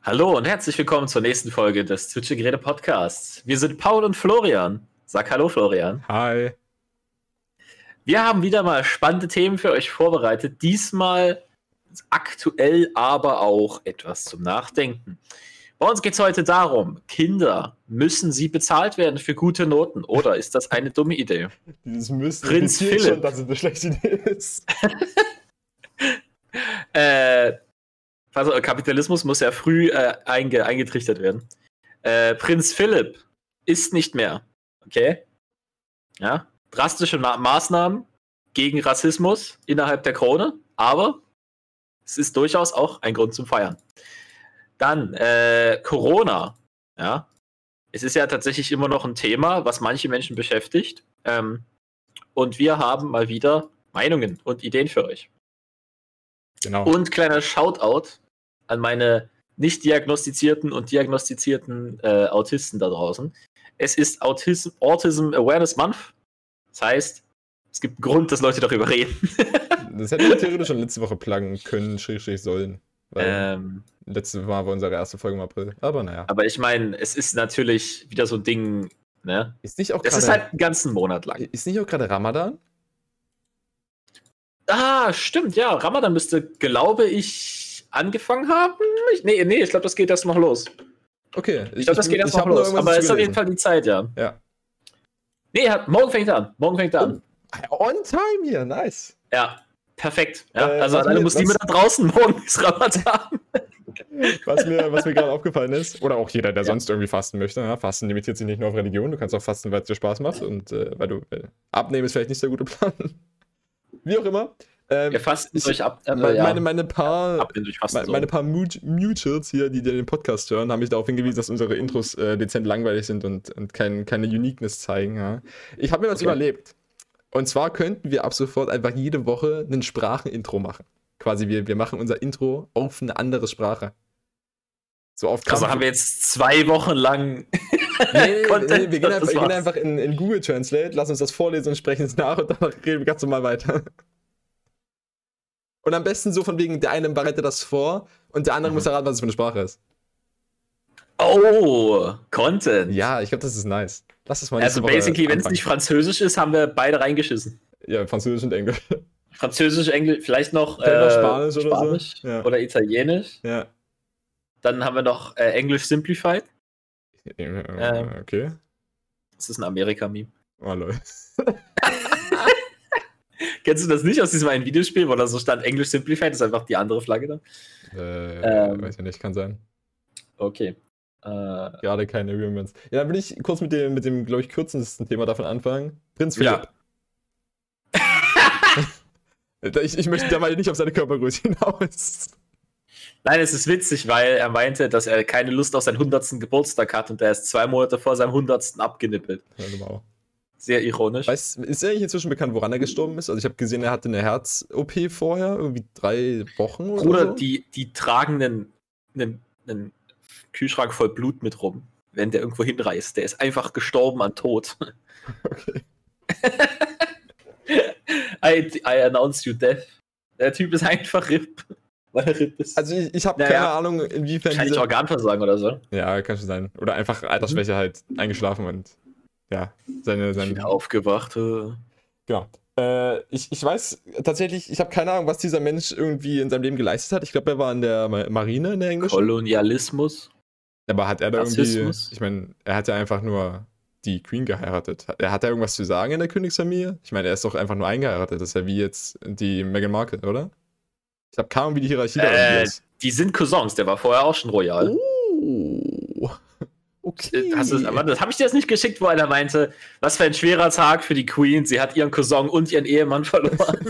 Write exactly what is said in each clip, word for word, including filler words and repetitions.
Hallo und herzlich willkommen zur nächsten Folge des Zwitsche-Gerede Podcasts. Wir sind Paul und Florian. Sag hallo, Florian. Hi. Wir haben wieder mal spannende Themen für euch vorbereitet. Diesmal aktuell, aber auch etwas zum Nachdenken. Bei uns geht es heute darum, Kinder, müssen sie bezahlt werden für gute Noten oder ist das eine dumme Idee? Dieses müssen Prinz Philipp. schon, dass es eine schlechte Idee ist. äh, also Kapitalismus muss ja früh äh, einge eingetrichtert werden. Äh, Prinz Philipp ist nicht mehr. Okay? Ja? Drastische Ma Maßnahmen gegen Rassismus innerhalb der Krone, aber es ist durchaus auch ein Grund zum Feiern. Dann äh, Corona. Ja? Es ist ja tatsächlich immer noch ein Thema, was manche Menschen beschäftigt. Ähm, und wir haben mal wieder Meinungen und Ideen für euch. Genau. Und kleiner Shoutout an meine nicht diagnostizierten und diagnostizierten äh, Autisten da draußen. Es ist Autism, Autism Awareness Month. Das heißt, es gibt einen Grund, dass Leute darüber reden. Das hätten wir theoretisch schon letzte Woche pluggen können, schrägstrich sollen. Weil ähm, letzte Mal war unsere erste Folge im April. Aber naja. aber ich meine, es ist natürlich wieder so ein Ding, ne? Ist nicht auch Es ist gerade- halt einen ganzen Monat lang. Ist nicht auch gerade Ramadan? Ah, stimmt, ja. Ramadan müsste, glaube ich, angefangen haben. Ich, nee, nee, ich glaube, das geht erst noch los. Okay. Ich glaube, das geht erst noch hab nur los. irgendwas Aber es dazu ist auf jeden gelesen. Fall die Zeit, ja. Ja. Nee, hat, morgen fängt er an. Morgen fängt er an. On time hier, nice. Ja, perfekt. Ja, Äh, also was an alle mir- Muslime was- da draußen, morgen ist Ramadan. Was mir, was mir gerade aufgefallen ist, oder auch jeder, der Ja. sonst irgendwie fasten möchte, ja, Fasten limitiert sich nicht nur auf Religion, du kannst auch fasten, weil es dir Spaß macht und äh, weil du äh, abnehmen ist vielleicht nicht der gute Plan. Wie auch immer. Ähm, Wir fasten ich- durch ab. Äh, meine, ja, meine, meine paar, abnehmen durch Fasten. meine, so. meine paar Mut- Muters hier, die den Podcast hören, haben mich darauf hingewiesen, dass unsere Intros äh, dezent langweilig sind und, und kein, keine Uniqueness zeigen. Ja. Ich habe mir was Okay. überlegt. Und zwar könnten wir ab sofort einfach jede Woche ein Sprachenintro machen. Quasi, wir, wir machen unser Intro auf eine andere Sprache. So auf Also Krampf- haben wir jetzt zwei Wochen lang Nee, nee, Content, nee, wir gehen das einfach, wir gehen war's. einfach in, in Google Translate, lassen uns das vorlesen und sprechen es nach und dann reden wir ganz normal weiter. Und am besten so von wegen, der eine bereitet das vor und der andere Mhm. muss erraten, was es für eine Sprache ist. Oh, Content. Ja, ich glaube, das ist nice. Lass es mal Also nächste Woche basically, wenn es anfangen. nicht Französisch ist, haben wir beide reingeschissen. Ja, Französisch und Englisch. Französisch, Englisch, vielleicht noch Vielleicht noch äh, Spanisch oder so. Spanisch Ja. oder Italienisch. Ja. Dann haben wir noch äh, Englisch Simplified. Ähm, Ähm. Okay. Das ist ein Amerika-Meme. Oh, lol. Kennst du das nicht aus diesem einen Videospiel, wo da so stand Englisch Simplified? Das ist einfach die andere Flagge da. Äh, Ähm. weiß ja nicht, kann sein. Okay. Äh, Gerade keine Remembrance. Ja, dann will ich kurz mit dem, mit dem glaube ich, kürzesten Thema davon anfangen. Prinz Philipp. ja. Ich, ich möchte dabei nicht auf seine Körpergröße hinaus. Nein, es ist witzig, weil er meinte, dass er keine Lust auf seinen hundertsten Geburtstag hat und er ist zwei Monate vor seinem hundertsten abgenippelt. Ja, genau. Sehr ironisch. Weißt, ist eigentlich inzwischen bekannt, woran er gestorben ist? Also ich habe gesehen, er hatte eine Herz-O P vorher, irgendwie drei Wochen oder Bruder, so. die, die tragen einen, einen, einen Kühlschrank voll Blut mit rum, wenn der irgendwo hinreist. Der ist einfach gestorben an Tod. Okay. I, I announce you death. Der Typ ist einfach R I P, weil er R I P ist. Also ich, ich habe Naja. keine Ahnung, inwiefern Wahrscheinlich diese... Organversagen oder so. Ja, kann schon sein. Oder einfach Altersschwäche halt eingeschlafen und ja, seine... seine Wieder aufgewacht. äh. Genau. Äh, ich, ich weiß tatsächlich, ich habe keine Ahnung, was dieser Mensch irgendwie in seinem Leben geleistet hat. Ich glaube, er war in der Ma- Marine, in der englischen. Kolonialismus. Aber hat er da irgendwie... Rassismus. Ich meine, er hat ja einfach nur die Queen geheiratet. Hat er hat da irgendwas zu sagen in der Königsfamilie? Ich meine, er ist doch einfach nur eingeheiratet. Das ist ja wie jetzt die Meghan Markle, oder? Ich habe keine Ahnung, wie die Hierarchie da Äh, irgendwie ist. Die sind Cousins, der war vorher auch schon royal. Oh. Okay. Äh, Hast du, aber das habe ich dir jetzt nicht geschickt, wo einer meinte, was für ein schwerer Tag für die Queen. Sie hat ihren Cousin und ihren Ehemann verloren.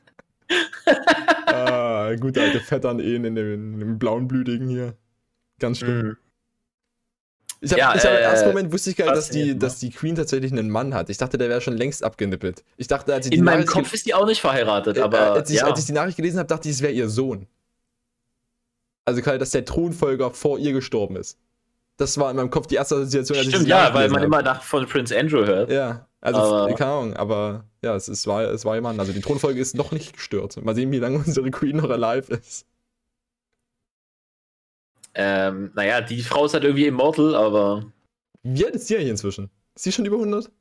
Ah, gute alte Vettern-Ehen in dem, in dem blauen Blütigen hier. Ganz schlimm. Mhm. Ich habe Ja, ich hab im äh, ersten Moment wusste ich gar nicht, dass die, faszinierend, dass die Queen tatsächlich einen Mann hat. Ich dachte, der wäre schon längst abgenippelt. Ich dachte, als ich, die In meinem Nachricht, Kopf ist die auch nicht verheiratet, äh, aber als ich, ja. als ich die Nachricht gelesen habe, dachte ich, es wäre ihr Sohn. Also quasi, dass der Thronfolger vor ihr gestorben ist. Das war in meinem Kopf die erste Assoziation, als ich Stimmt, die ja, Nachricht weil gelesen man habe. immer nach von Prince Andrew hört. Ja, also Aber- keine Ahnung, aber ja, es, es, war, es war ihr Mann. Also die Thronfolge ist noch nicht gestört. Mal sehen, wie lange unsere Queen noch alive ist. Ähm, naja, die Frau ist halt irgendwie immortal, aber. Wie alt ist die eigentlich inzwischen? Ist die schon über hundert?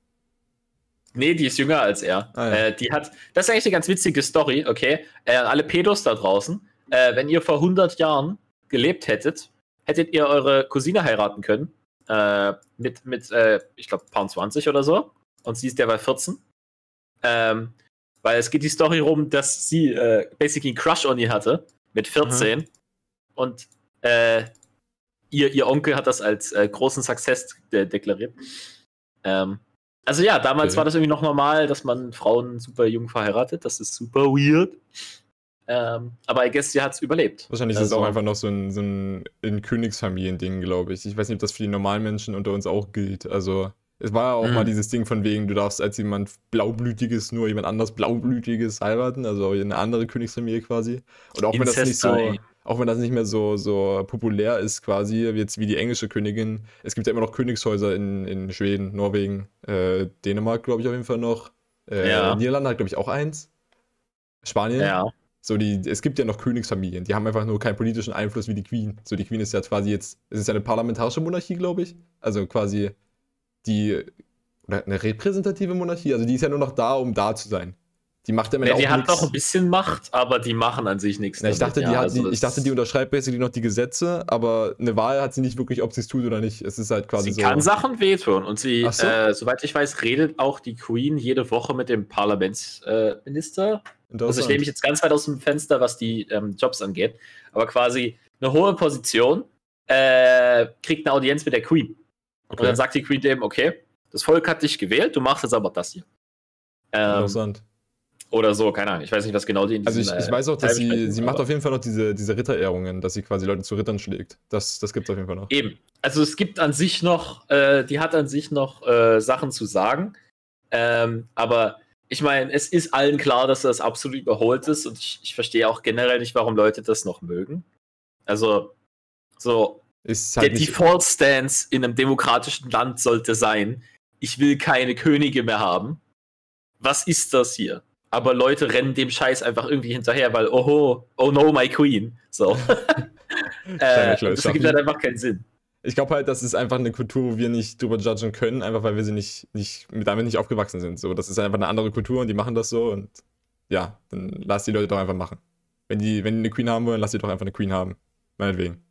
Nee, die ist jünger als er. Ah, ja. äh, die hat. Das ist eigentlich eine ganz witzige Story, okay? Äh, alle Pedos da draußen. Äh, wenn ihr vor hundert Jahren gelebt hättet, hättet ihr eure Cousine heiraten können. Äh, mit, mit äh, ich glaube, Pound zwanzig oder so. Und sie ist derweil vierzehn. Ähm, weil es geht die Story rum, dass sie äh, basically einen Crush on ihr hatte. Mit vierzehn. Mhm. Und äh, ihr, ihr Onkel hat das als äh, großen Success de- deklariert. Ähm, also ja, damals okay. war das irgendwie noch normal, dass man Frauen super jung verheiratet. Das ist super weird. Ähm, aber I guess sie hat es überlebt. Wahrscheinlich also, ist es auch einfach noch so ein, so ein, ein Königsfamilien-Ding, glaube ich. Ich weiß nicht, ob das für die normalen Menschen unter uns auch gilt. Also es war ja auch mhm. mal dieses Ding von wegen, du darfst als jemand Blaublütiges nur jemand anders Blaublütiges heiraten, also eine andere Königsfamilie quasi. Und auch wenn das nicht so, auch wenn das nicht mehr so, so populär ist quasi, jetzt wie die englische Königin, es gibt ja immer noch Königshäuser in, in Schweden, Norwegen, äh, Dänemark, glaube ich auf jeden Fall noch. Äh, ja. Niederlande hat, glaube ich, auch eins. Spanien. Ja. So, die, es gibt ja noch Königsfamilien, die haben einfach nur keinen politischen Einfluss wie die Queen. So, die Queen ist ja quasi jetzt, es ist ja eine parlamentarische Monarchie, glaube ich. Also quasi die, oder eine repräsentative Monarchie, also die ist ja nur noch da, um da zu sein. Die macht ja, ja auch Die hat nix. noch ein bisschen Macht, aber die machen an sich nichts. Na, ich, dachte, ja, die hat, also die, ich dachte, die unterschreibt basically noch die Gesetze, aber eine Wahl hat sie nicht wirklich, ob sie es tut oder nicht. Es ist halt quasi sie so. Sie kann Sachen wehtun und sie, so? äh, soweit ich weiß, redet auch die Queen jede Woche mit dem Parlamentsminister. Äh, also ich lehne mich jetzt ganz weit aus dem Fenster, was die ähm, Jobs angeht, aber quasi eine hohe Position äh, kriegt eine Audienz mit der Queen. Okay. Und dann sagt die Queen dem, okay, das Volk hat dich gewählt, du machst jetzt aber das hier. Ähm, Interessant. Oder so, keine Ahnung. Ich weiß nicht, was genau die in diesem, Also ich, ich weiß auch, dass sie, sie macht auf jeden Fall noch diese, diese Ritterehrungen, dass sie quasi Leute zu Rittern schlägt. Das, das gibt es auf jeden Fall noch. Eben. Also es gibt an sich noch, äh, die hat an sich noch äh, Sachen zu sagen. Ähm, aber ich meine, es ist allen klar, dass das absolut überholt ist und ich, ich verstehe auch generell nicht, warum Leute das noch mögen. Also, so, ist halt der Default-Stance in einem demokratischen Land sollte sein, ich will keine Könige mehr haben. Was ist das hier? Aber Leute rennen dem Scheiß einfach irgendwie hinterher, weil, oh, oh no, my Queen. So. äh, das ergibt halt einfach keinen Sinn. Ich glaube halt, das ist einfach eine Kultur, wo wir nicht drüber judgen können, einfach weil wir sie nicht, nicht damit nicht aufgewachsen sind. So, das ist einfach eine andere Kultur und die machen das so und ja, dann lass die Leute doch einfach machen. Wenn die, wenn die eine Queen haben wollen, lass die doch einfach eine Queen haben. Meinetwegen.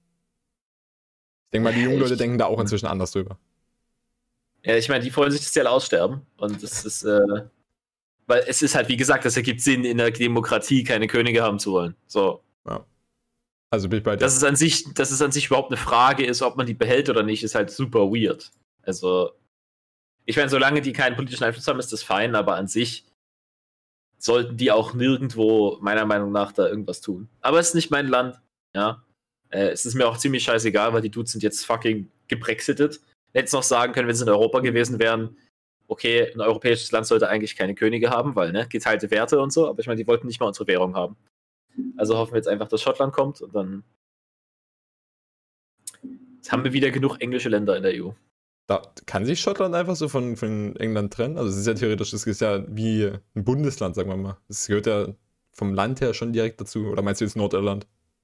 Ich denke mal, die jungen Leute ich, denken da auch inzwischen anders drüber. Ja, ich meine, die wollen sich das ja aussterben und das ist, äh, weil es ist halt, wie gesagt, das ergibt Sinn, in der Demokratie keine Könige haben zu wollen. So. Ja. Also bin ich bei dir. Dass es an sich, dass es an sich überhaupt eine Frage ist, ob man die behält oder nicht, ist halt super weird. Also, ich meine, solange die keinen politischen Einfluss haben, ist das fein, aber an sich sollten die auch nirgendwo, meiner Meinung nach, da irgendwas tun. Aber es ist nicht mein Land, ja. Äh, es ist mir auch ziemlich scheißegal, weil die Dudes sind jetzt fucking gebrexitet. Hätte noch sagen können, wenn sie in Europa gewesen wären, okay, ein europäisches Land sollte eigentlich keine Könige haben, weil, ne, geteilte Werte und so, aber ich meine, die wollten nicht mal unsere Währung haben. Also hoffen wir jetzt einfach, dass Schottland kommt und dann jetzt haben wir wieder genug englische Länder in der E U. Da kann sich Schottland einfach so von, von England trennen? Also es ist ja theoretisch, das ist ja wie ein Bundesland, sagen wir mal. Das gehört ja vom Land her schon direkt dazu. Oder meinst du jetzt Nordirland?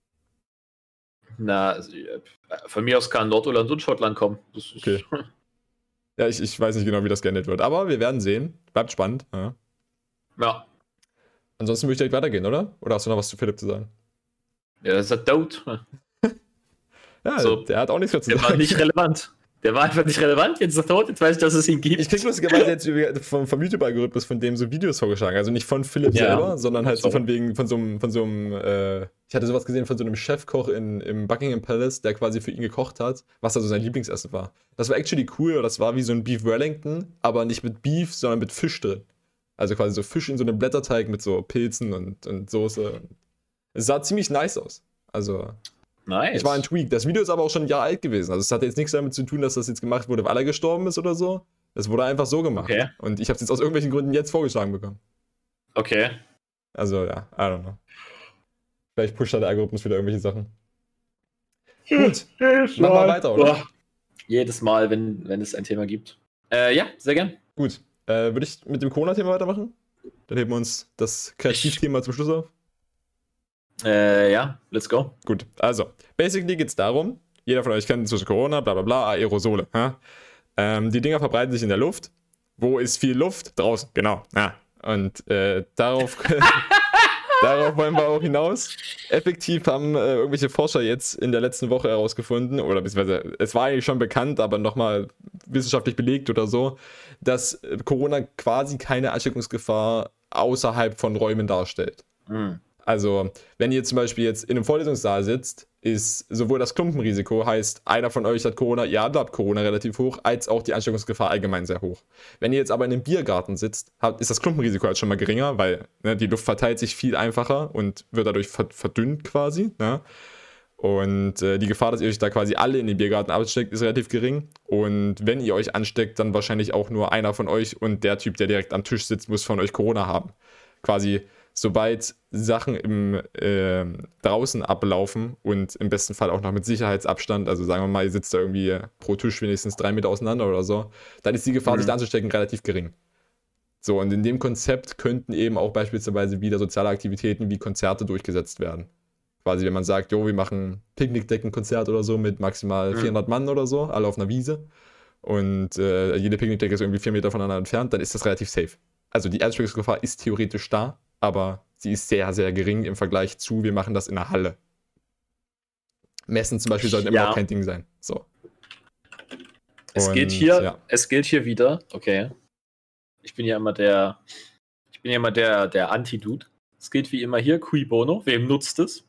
Na, also, von mir aus kann Nordirland und Schottland kommen. Das ist okay. Ja, ich, ich weiß nicht genau, wie das geändert wird. Aber wir werden sehen. Bleibt spannend. Ja. Ja. Ansonsten würde ich direkt weitergehen, oder? Oder hast du noch was zu Philipp zu sagen? Ja, das ist ein Toad. Ja, so, der hat auch nichts mehr zu der sagen. Der war nicht relevant. Der war einfach nicht relevant. Jetzt ist er tot. Jetzt weiß ich, dass es ihn gibt. Ich krieg lustigerweise jetzt vom, vom YouTube-Algorithmus von dem so Videos vorgeschlagen. Also nicht von Philipp ja. selber, sondern halt so von wegen, von so einem, von so einem, äh, ich hatte sowas gesehen von so einem Chefkoch in, im Buckingham Palace, der quasi für ihn gekocht hat, was also sein Lieblingsessen war. Das war actually cool. Das war wie so ein Beef Wellington, aber nicht mit Beef, sondern mit Fisch drin. Also quasi so Fisch in so einem Blätterteig mit so Pilzen und, und Soße. Es sah ziemlich nice aus. Also, nice. Es war ein Tweak. Das Video ist aber auch schon ein Jahr alt gewesen. Also es hat jetzt nichts damit zu tun, dass das jetzt gemacht wurde, weil er gestorben ist oder so. Es wurde einfach so gemacht. Okay. Und ich habe es jetzt aus irgendwelchen Gründen jetzt vorgeschlagen bekommen. Okay. Also ja, I don't know. Vielleicht pusht da der Algorithmus wieder irgendwelche Sachen. Gut, machen wir weiter, oder? Boah. Jedes Mal, wenn, wenn es ein Thema gibt. Äh, ja, sehr gern. Gut. Äh, würde ich mit dem Corona-Thema weitermachen? Dann heben wir uns das Kreativthema zum Schluss auf. Äh, ja, let's go. Gut, also, basically geht es darum, Jeder von euch kennt zwischen Corona, bla bla bla, Aerosole. Ja? Ähm, die Dinger verbreiten sich in der Luft. Wo ist viel Luft? Draußen, genau. Ja. Und äh, darauf, darauf wollen wir auch hinaus. Effektiv haben äh, irgendwelche Forscher jetzt in der letzten Woche herausgefunden, oder beziehungsweise es war eigentlich schon bekannt, aber nochmal wissenschaftlich belegt oder so, dass Corona quasi keine Ansteckungsgefahr außerhalb von Räumen darstellt. Mhm. Also, wenn ihr zum Beispiel jetzt in einem Vorlesungssaal sitzt, ist sowohl das Klumpenrisiko, heißt, einer von euch hat Corona, ihr habt Corona relativ hoch, als auch die Ansteckungsgefahr allgemein sehr hoch. Wenn ihr jetzt aber in einem Biergarten sitzt, ist das Klumpenrisiko halt schon mal geringer, weil ne, die Luft verteilt sich viel einfacher und wird dadurch verdünnt quasi. Ne? Und äh, die Gefahr, dass ihr euch da quasi alle in den Biergarten ansteckt, ist relativ gering. Und wenn ihr euch ansteckt, dann wahrscheinlich auch nur einer von euch und der Typ, der direkt am Tisch sitzt, muss von euch Corona haben. Quasi sobald Sachen im äh, draußen ablaufen und im besten Fall auch noch mit Sicherheitsabstand, also sagen wir mal, ihr sitzt da irgendwie pro Tisch wenigstens drei Meter auseinander oder so, dann ist die Gefahr, mhm. sich da anzustecken, relativ gering. So, und in dem Konzept könnten eben auch beispielsweise wieder soziale Aktivitäten wie Konzerte durchgesetzt werden. Quasi, wenn man sagt, jo, wir machen Picknickdeckenkonzert oder so mit maximal mhm. vierhundert Mann oder so, alle auf einer Wiese und äh, jede Picknickdecke ist irgendwie vier Meter voneinander entfernt, dann ist das relativ safe. Also die Ansteckungsgefahr ist theoretisch da, aber sie ist sehr, sehr gering im Vergleich zu, wir machen das in der Halle. Messen zum Beispiel sollten immer ja. noch kein Ding sein. So. Es, Und, gilt hier, ja. es gilt hier wieder, okay. Ich bin ja immer der, ich bin ja immer der, der Anti-Dude. Es gilt wie immer hier, cui bono, wem nutzt es?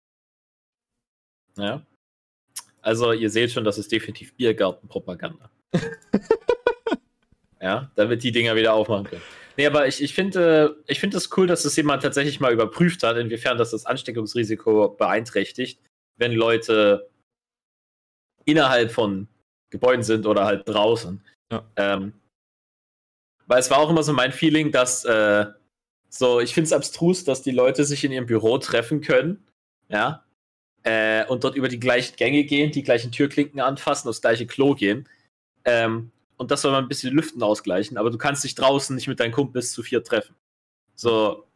Ja. Also ihr seht schon, das ist definitiv Biergartenpropaganda. Ja, damit die Dinger wieder aufmachen können. Nee, aber ich, ich finde ich find es cool, dass das jemand tatsächlich mal überprüft hat, inwiefern das das Ansteckungsrisiko beeinträchtigt, wenn Leute innerhalb von Gebäuden sind oder halt draußen. Ja. Ähm, weil es war auch immer so mein Feeling, dass äh, so, ich finde es abstrus, dass die Leute sich in ihrem Büro treffen können, ja, äh, und dort über die gleichen Gänge gehen, die gleichen Türklinken anfassen, aufs gleiche Klo gehen. Ähm, Und das soll man ein bisschen die Lüften ausgleichen, aber du kannst dich draußen nicht mit deinen Kumpels zu vier treffen. So,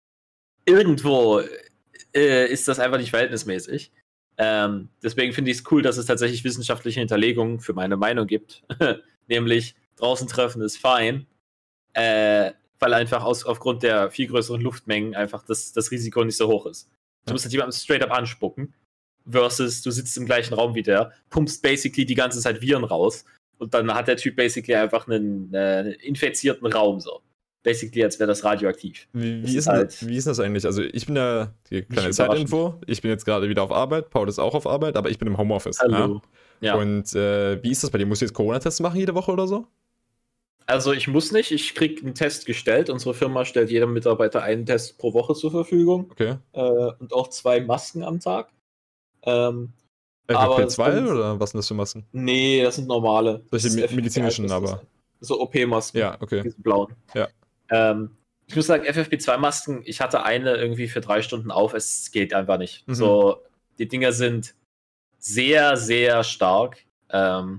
irgendwo äh, ist das einfach nicht verhältnismäßig. Ähm, deswegen finde ich es cool, dass es tatsächlich wissenschaftliche Hinterlegungen für meine Meinung gibt. Nämlich, draußen treffen ist fein, äh, weil einfach aus, aufgrund der viel größeren Luftmengen einfach das, das Risiko nicht so hoch ist. Du musst halt jemandem straight up anspucken, versus du sitzt im gleichen Raum wie der, pumpst basically die ganze Zeit Viren raus. Und dann hat der Typ basically einfach einen äh, infizierten Raum, so. Basically, als wäre das radioaktiv. Wie, wie, ist halt das, wie ist das eigentlich? Also ich bin ja, die kleine Zeitinfo, ich bin jetzt gerade wieder auf Arbeit, Paul ist auch auf Arbeit, aber ich bin im Homeoffice. Hallo. Ja? Ja. Und äh, wie ist das bei dir? Musst du jetzt Corona-Tests machen jede Woche oder so? Also ich muss nicht, ich krieg einen Test gestellt. Unsere Firma stellt jedem Mitarbeiter einen Test pro Woche zur Verfügung. Okay. Äh, und auch zwei Masken am Tag. Ähm, F F P zwei oder was sind das für Masken? Nee, das sind normale. Solche das medizinischen, aber. So O P-Masken. Ja, okay. Diese blauen. Ja. Ähm, ich muss sagen, F F P zwei Masken, ich hatte eine irgendwie für drei Stunden auf, es geht einfach nicht. Mhm. So, die Dinger sind sehr, sehr stark. Ähm,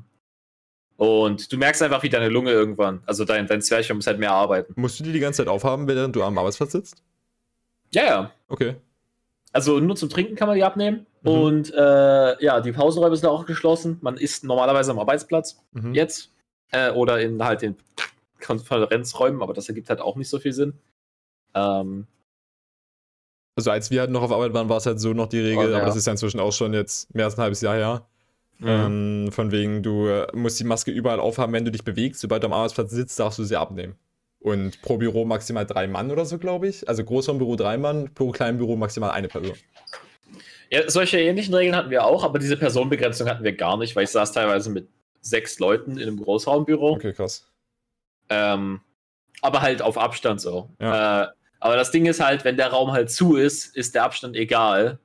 und du merkst einfach, wie deine Lunge irgendwann, also dein, dein Zwerchfell muss halt mehr arbeiten. Musst du die die ganze Zeit aufhaben, während du am Arbeitsplatz sitzt? Ja, ja. Okay. Also nur zum Trinken kann man die abnehmen. Mhm. Und äh, ja, die Pausenräume sind auch geschlossen. Man isst normalerweise am Arbeitsplatz mhm. jetzt. Äh, oder in halt den Konferenzräumen, aber das ergibt halt auch nicht so viel Sinn. Ähm, also als wir halt noch auf Arbeit waren, war es halt so noch die Regel, oh, ja. aber das ist ja inzwischen auch schon jetzt mehr als ein halbes Jahr her. Mhm. Ähm, von wegen, du musst die Maske überall aufhaben, wenn du dich bewegst. Sobald du am Arbeitsplatz sitzt, darfst du sie abnehmen. Und pro Büro maximal drei Mann oder so, glaube ich. Also Großraumbüro drei Mann, pro kleinen Büro maximal eine Person. Ja, solche ähnlichen Regeln hatten wir auch, aber diese Personenbegrenzung hatten wir gar nicht, weil ich saß teilweise mit sechs Leuten in einem Großraumbüro. Okay, krass. Ähm, aber halt auf Abstand so. Ja. Äh, aber das Ding ist halt, wenn der Raum halt zu ist, ist der Abstand egal.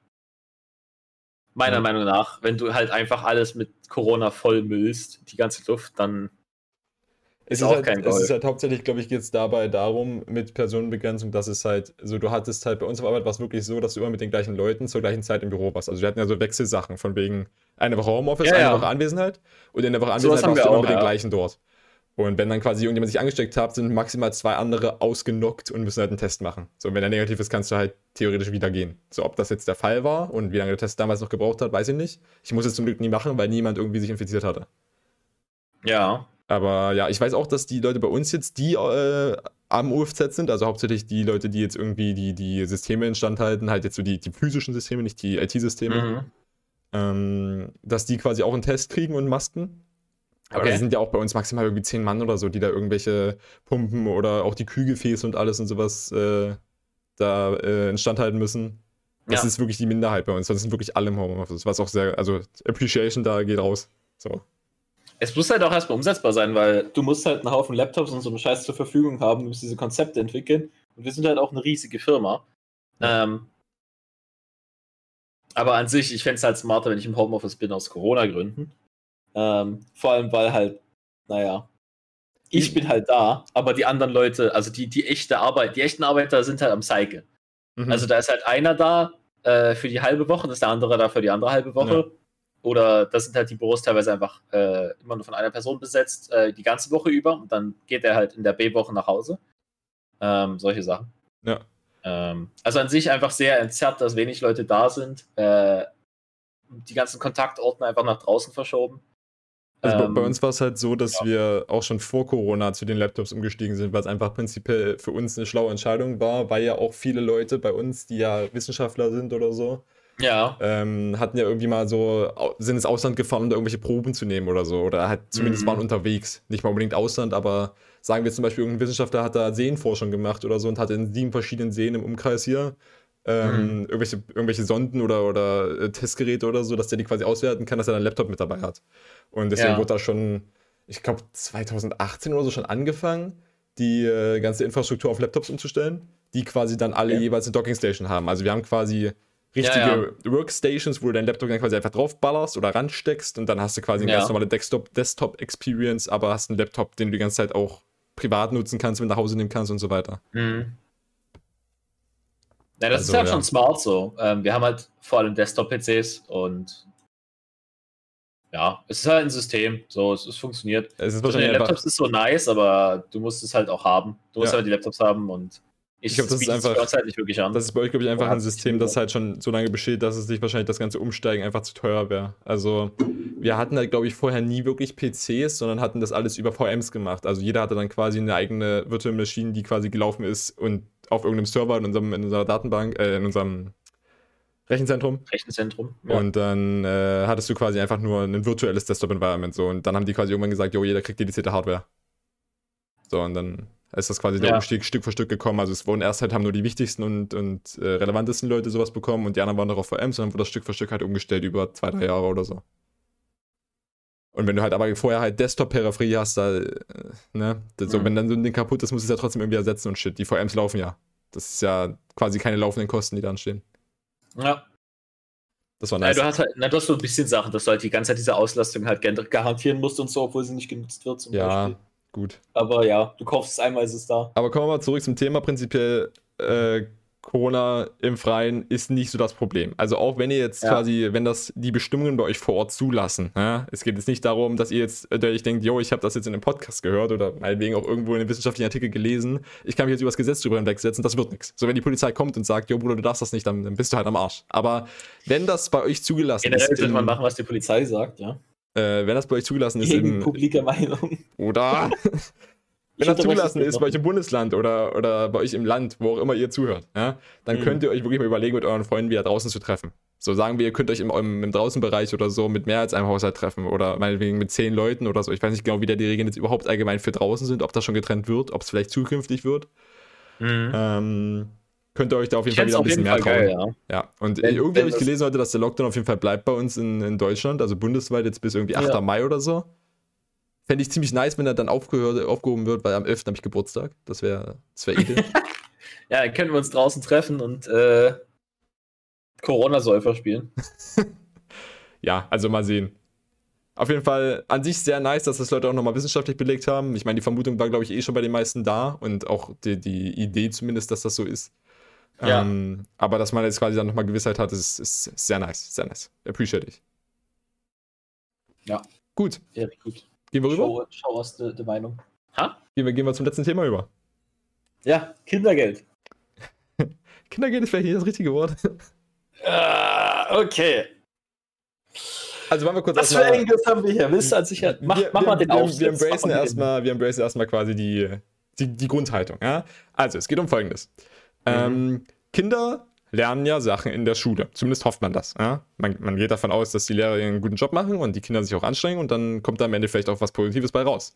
Meiner ja. Meinung nach, wenn du halt einfach alles mit Corona vollmüllst, die ganze Luft, dann ist es auch halt, kein Gold. Es ist halt hauptsächlich, glaube ich, geht es dabei darum, mit Personenbegrenzung, dass es halt, so du hattest halt bei uns auf Arbeit war es wirklich so, dass du immer mit den gleichen Leuten zur gleichen Zeit im Büro warst. Also wir hatten ja so Wechselsachen, von wegen eine Woche Homeoffice, ja, eine ja. Woche Anwesenheit und in der Woche Anwesenheit warst du immer auch, mit ja. den gleichen dort. Und wenn dann quasi irgendjemand sich angesteckt hat, sind maximal zwei andere ausgenockt und müssen halt einen Test machen. So, und wenn er negativ ist, kannst du halt theoretisch wieder gehen. So, ob das jetzt der Fall war und wie lange der Test damals noch gebraucht hat, weiß ich nicht. Ich muss es zum Glück nie machen, weil niemand irgendwie sich infiziert hatte. Ja. Aber ja, ich weiß auch, dass die Leute bei uns jetzt, die äh, am U F Z sind, also hauptsächlich die Leute, die jetzt irgendwie die, die Systeme instand halten, halt jetzt so die, die physischen Systeme, nicht die I T-Systeme, Mhm. ähm, dass die quasi auch einen Test kriegen und Masken. Aber Okay. das sind ja auch bei uns maximal irgendwie zehn Mann oder so, die da irgendwelche Pumpen oder auch die Kühlgefäße und alles und sowas äh, da äh, instand halten müssen. Das Ja. ist wirklich die Minderheit bei uns. Das sind wirklich alle im Homeoffice. Was auch sehr, also Appreciation da geht raus. So. Es muss halt auch erstmal umsetzbar sein, weil du musst halt einen Haufen Laptops und so einen Scheiß zur Verfügung haben, du musst diese Konzepte entwickeln. Und wir sind halt auch eine riesige Firma. Ja. Ähm, aber an sich, ich fände es halt smarter, wenn ich im Homeoffice bin, aus Corona-Gründen. Ähm, vor allem, weil halt, naja, ich bin halt da, aber die anderen Leute, also die, die echte Arbeit, die echten Arbeiter sind halt am Cycle. Mhm. Also da ist halt einer da äh, für die halbe Woche, das ist der andere da für die andere halbe Woche. Ja. Oder das sind halt die Büros teilweise einfach äh, immer nur von einer Person besetzt, äh, die ganze Woche über. Und dann geht er halt in der B-Woche nach Hause. Ähm, solche Sachen. Ja. Ähm, also an sich einfach sehr entzerrt, dass wenig Leute da sind. Äh, die ganzen Kontaktorten einfach nach draußen verschoben. Also bei, Ähm, bei uns war es halt so, dass ja. wir auch schon vor Corona zu den Laptops umgestiegen sind, weil es einfach prinzipiell für uns eine schlaue Entscheidung war, weil ja auch viele Leute bei uns, die ja Wissenschaftler sind oder so, Ja. ähm, hatten ja irgendwie mal so, au- sind ins Ausland gefahren, um da irgendwelche Proben zu nehmen oder so. Oder halt zumindest Mhm. waren unterwegs. Nicht mal unbedingt Ausland, aber sagen wir zum Beispiel, irgendein Wissenschaftler hat da Seenforschung gemacht oder so und hat in sieben verschiedenen Seen im Umkreis hier ähm, Mhm. irgendwelche, irgendwelche Sonden oder, oder äh, Testgeräte oder so, dass der die quasi auswerten kann, dass er dann einen Laptop mit dabei hat. Und deswegen Ja. wurde da schon, ich glaube zwanzig achtzehn oder so schon angefangen, die äh, ganze Infrastruktur auf Laptops umzustellen, die quasi dann alle Okay. jeweils eine Dockingstation haben. Also wir haben quasi richtige Ja, ja. Workstations, wo du deinen Laptop dann quasi einfach draufballerst oder ransteckst und dann hast du quasi eine Ja. ganz normale Desktop- Desktop-Experience, aber hast einen Laptop, den du die ganze Zeit auch privat nutzen kannst, wenn du nach Hause nehmen kannst und so weiter. Mhm. Ja, das Also, ist halt ja. schon smart so. Ähm, wir haben halt vor allem Desktop-P Cs und ja, es ist halt ein System. So, es, es funktioniert. Es ist Zwischen wahrscheinlich den einfach, Laptops ist so nice, aber du musst es halt auch haben. Du musst Ja. halt die Laptops haben und ich, Ich glaub, das es ist bietet sich einfach- bei uns halt nicht wirklich an. das ist bei euch, glaube ich, einfach Oder ein hat sich System, nicht das halt schon so lange besteht, dass es sich wahrscheinlich das ganze Umsteigen einfach zu teuer wäre. Also, wir hatten halt, glaube ich, vorher nie wirklich P Cs, sondern hatten das alles über V Ms gemacht. Also, jeder hatte dann quasi eine eigene Virtual Machine, die quasi gelaufen ist und auf irgendeinem Server in, unserem, in unserer Datenbank, äh, in unserem Rechenzentrum. Rechenzentrum. Ja. Und dann äh, hattest du quasi einfach nur ein virtuelles Desktop-Environment. So. Und dann haben die quasi irgendwann gesagt, jo, jeder kriegt dedizierte Hardware. So, und dann ist das quasi der Ja. Umstieg Stück für Stück gekommen. Also es wurden erst halt, haben nur die wichtigsten und, und äh, relevantesten Leute sowas bekommen und die anderen waren noch auf V Ms und dann wurde das Stück für Stück halt umgestellt über zwei, drei Jahre oder so. Und wenn du halt aber vorher halt Desktop-Peripherie hast, da, äh, ne, das, so, Mhm. wenn dann so ein Ding kaputt ist, musst du es ja trotzdem irgendwie ersetzen und shit. Die V Ms laufen ja. Das ist ja quasi keine laufenden Kosten, die da anstehen. Ja. Das war Ja, nice. du hast halt, na, du hast so ein bisschen Sachen, dass du halt die ganze Zeit diese Auslastung halt gen- garantieren musst und so, obwohl sie nicht genutzt wird zum Ja, Beispiel. gut. Aber ja, du kaufst es einmal, ist es da. Aber kommen wir mal zurück zum Thema. Prinzipiell, äh, Corona im Freien ist nicht so das Problem. Also auch wenn ihr jetzt Ja. quasi, wenn das die Bestimmungen bei euch vor Ort zulassen, ja? Es geht jetzt nicht darum, dass ihr jetzt euch denkt, yo, ich habe das jetzt in einem Podcast gehört oder meinetwegen auch irgendwo in einem wissenschaftlichen Artikel gelesen, ich kann mich jetzt über das Gesetz drüber hinwegsetzen, das wird nichts. So, wenn die Polizei kommt und sagt, yo, Bruder, du darfst das nicht, dann, dann bist du halt am Arsch. Aber wenn das bei euch zugelassen Generell ist, sollte in, man machen, was die Polizei sagt, ja. äh, wenn das bei euch zugelassen ist, Gegen im, publike Meinung. oder Ich wenn das unterbreche zugelassen das ist noch. bei euch im Bundesland oder, oder bei euch im Land, wo auch immer ihr zuhört, ja, dann Mhm. könnt ihr euch wirklich mal überlegen, mit euren Freunden wieder draußen zu treffen. So sagen wir, ihr könnt euch im, im, im Draußenbereich oder so mit mehr als einem Haushalt treffen oder meinetwegen mit zehn Leuten oder so. Ich weiß nicht genau, wie da die Regeln jetzt überhaupt allgemein für draußen sind, ob das schon getrennt wird, ob es vielleicht zukünftig wird. Mhm. Ähm, könnt ihr euch da auf jeden Ich Fall fände es wieder ein auf bisschen jeden mehr Fall trauen. geil, ja. Ja, und Wenn- irgendwie wenn habe ich das- gelesen heute, dass der Lockdown auf jeden Fall bleibt bei uns in, in Deutschland, also bundesweit jetzt bis irgendwie achter Ja. Mai oder so. Fände ich ziemlich nice, wenn er dann aufgehört, aufgehoben wird, weil am elften habe ich Geburtstag. Das wäre das wär edel. Ja, dann können wir uns draußen treffen und äh, Corona-Säufer spielen. Ja, also mal sehen. Auf jeden Fall an sich sehr nice, dass das Leute auch nochmal wissenschaftlich belegt haben. Ich meine, die Vermutung war, glaube ich, eh schon bei den meisten da und auch die, die Idee zumindest, dass das so ist. Ja. Ähm, aber dass man jetzt quasi dann nochmal Gewissheit hat, ist, ist sehr nice, sehr nice. Appreciate ich. Ja. Gut, Ja, gut. gehen wir rüber? Show, show us the, the Meinung. Ha? Gehen wir, gehen wir zum letzten Thema über. Ja, Kindergeld. Kindergeld ist vielleicht nicht das richtige Wort. Ah, okay. Also wollen wir kurz Was für Engels haben wir hier? Willst du an sich ja, mach, wir, mach mal wir, den wir, Aufsatz. wir embracen erstmal, wir embracen erstmal quasi die, die, die Grundhaltung. Ja? Also, es geht um Folgendes. Mhm. Ähm, Kinder lernen ja Sachen in der Schule. Zumindest hofft man das. Ja? Man, man geht davon aus, dass die Lehrer einen guten Job machen und die Kinder sich auch anstrengen und dann kommt da am Ende vielleicht auch was Positives bei raus.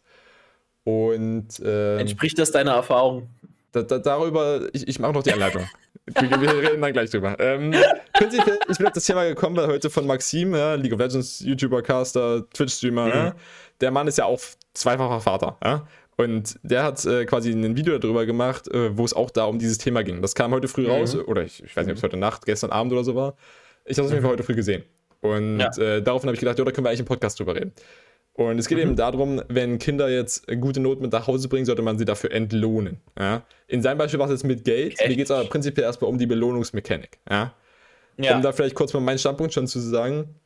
Und ähm, entspricht das deiner Erfahrung? Da, da, darüber, ich, ich mache noch die Anleitung. Wir, wir reden dann gleich drüber. Ähm, prinzipiell, ich bin auf das Thema gekommen, weil heute von Maxim, ja, League of Legends, YouTuber, Caster, Twitch-Streamer, mhm. ja, der Mann ist ja auch zweifacher Vater. Ja, und der hat äh, quasi ein Video darüber gemacht, äh, wo es auch da um dieses Thema ging. Das kam heute früh mhm. raus, oder ich, ich weiß nicht, ob es heute Nacht, gestern Abend oder so war. Ich habe es auf jeden Fall heute früh gesehen. Und ja. äh, daraufhin habe ich gedacht, ja, da können wir eigentlich im Podcast drüber reden. Und es geht mhm. eben darum, wenn Kinder jetzt gute Noten mit nach Hause bringen, sollte man sie dafür entlohnen. Ja? In seinem Beispiel war es jetzt mit Geld. Okay. Mir geht es aber prinzipiell erstmal um die Belohnungsmechanik. Ja? Ja. Um da vielleicht kurz mal meinen Standpunkt schon zu sagen.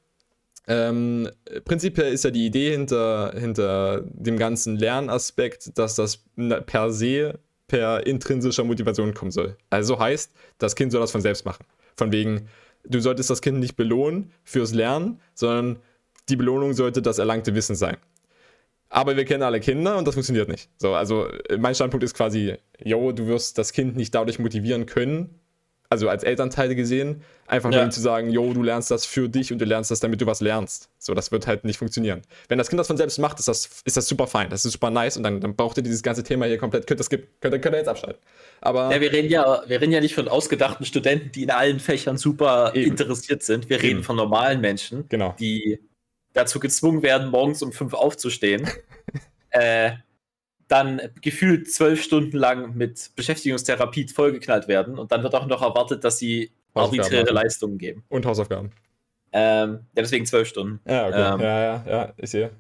Ähm, prinzipiell ist ja die Idee hinter, hinter dem ganzen Lernaspekt, dass das per se per intrinsischer Motivation kommen soll. Also heißt, das Kind soll das von selbst machen. Von wegen, du solltest das Kind nicht belohnen fürs Lernen, sondern die Belohnung sollte das erlangte Wissen sein. Aber wir kennen alle Kinder und das funktioniert nicht. So, also mein Standpunkt ist quasi, yo, du wirst das Kind nicht dadurch motivieren können, also als Elternteil gesehen, einfach ja. nur ihm zu sagen, yo, du lernst das für dich und du lernst das, damit du was lernst. So, das wird halt nicht funktionieren. Wenn das Kind das von selbst macht, ist das, ist das super fein, das ist super nice und dann, dann braucht ihr dieses ganze Thema hier komplett, könnt ihr, könnt ihr, könnt ihr jetzt abschalten. Aber ja, wir reden ja, wir reden ja nicht von ausgedachten Studenten, die in allen Fächern super eben. interessiert sind. Wir reden eben. von normalen Menschen, genau. die dazu gezwungen werden, morgens um fünf aufzustehen, äh, dann gefühlt zwölf Stunden lang mit Beschäftigungstherapie vollgeknallt werden und dann wird auch noch erwartet, dass sie arbiträre Leistungen geben. Und Hausaufgaben. Ähm, ja, deswegen zwölf Stunden. Ja, okay. Ähm, ja, ja, ja, ich sehe.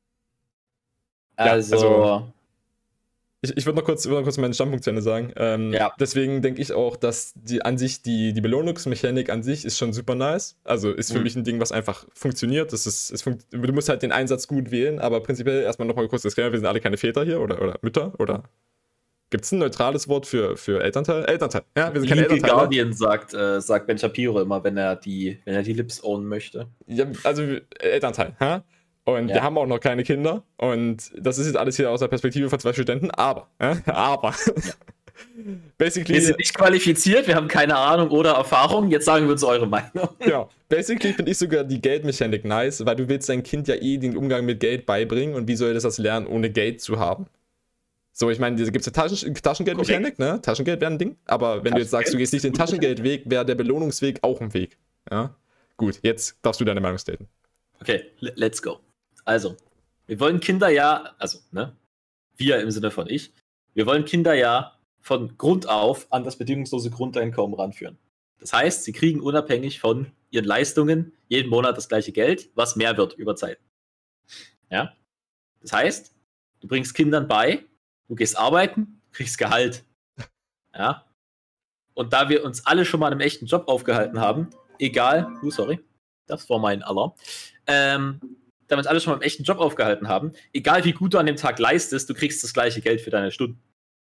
Also, ja, also Ich, ich würde noch, kurz, würd noch kurz meinen Standpunkt zu Ende sagen. Ähm, ja. Deswegen denke ich auch, dass die an sich, die, die Belohnungsmechanik an sich ist schon super nice. Also ist für mhm. mich ein Ding, was einfach funktioniert. Das ist, es funkt, du musst halt den Einsatz gut wählen, aber prinzipiell erstmal nochmal kurz Disclaimer, wir sind alle keine Väter hier oder, oder Mütter oder gibt es ein neutrales Wort für, für Elternteil? Elternteil, ja, wir sind keine Elternteile. Guardian sagt, äh, sagt Ben Shapiro immer, wenn er die, wenn er die Lips ownen möchte. Ja, also Elternteil, ha? Und ja. wir haben auch noch keine Kinder. Und das ist jetzt alles hier aus der Perspektive von zwei Studenten. Aber, äh, aber. basically, wir sind nicht qualifiziert, wir haben keine Ahnung oder Erfahrung. Jetzt sagen wir uns eure Meinung. Ja, basically finde ich sogar die Geldmechanik nice, weil du willst dein Kind ja eh den Umgang mit Geld beibringen. Und wie soll das das lernen, ohne Geld zu haben? So, ich meine, da gibt es eine Taschen, Taschengeldmechanik, ne? Taschengeld wäre ein Ding. Aber wenn du jetzt sagst, du gehst nicht den Taschengeldweg, wäre der Belohnungsweg auch ein Weg. Ja? Gut, jetzt darfst du deine Meinung staten. Okay, let's go. Also, wir wollen Kinder ja, also, ne, wir im Sinne von ich, wir wollen Kinder ja von Grund auf an das bedingungslose Grundeinkommen ranführen. Das heißt, sie kriegen unabhängig von ihren Leistungen jeden Monat das gleiche Geld, was mehr wird über Zeit. Ja? Das heißt, du bringst Kindern bei, du gehst arbeiten, kriegst Gehalt. Ja? Und da wir uns alle schon mal in einem echten Job aufgehalten haben, egal, uh, sorry, das war mein Alarm, ähm, da wir uns alle schon mal im echten Job aufgehalten haben, egal wie gut du an dem Tag leistest, du kriegst das gleiche Geld für deine Stunden.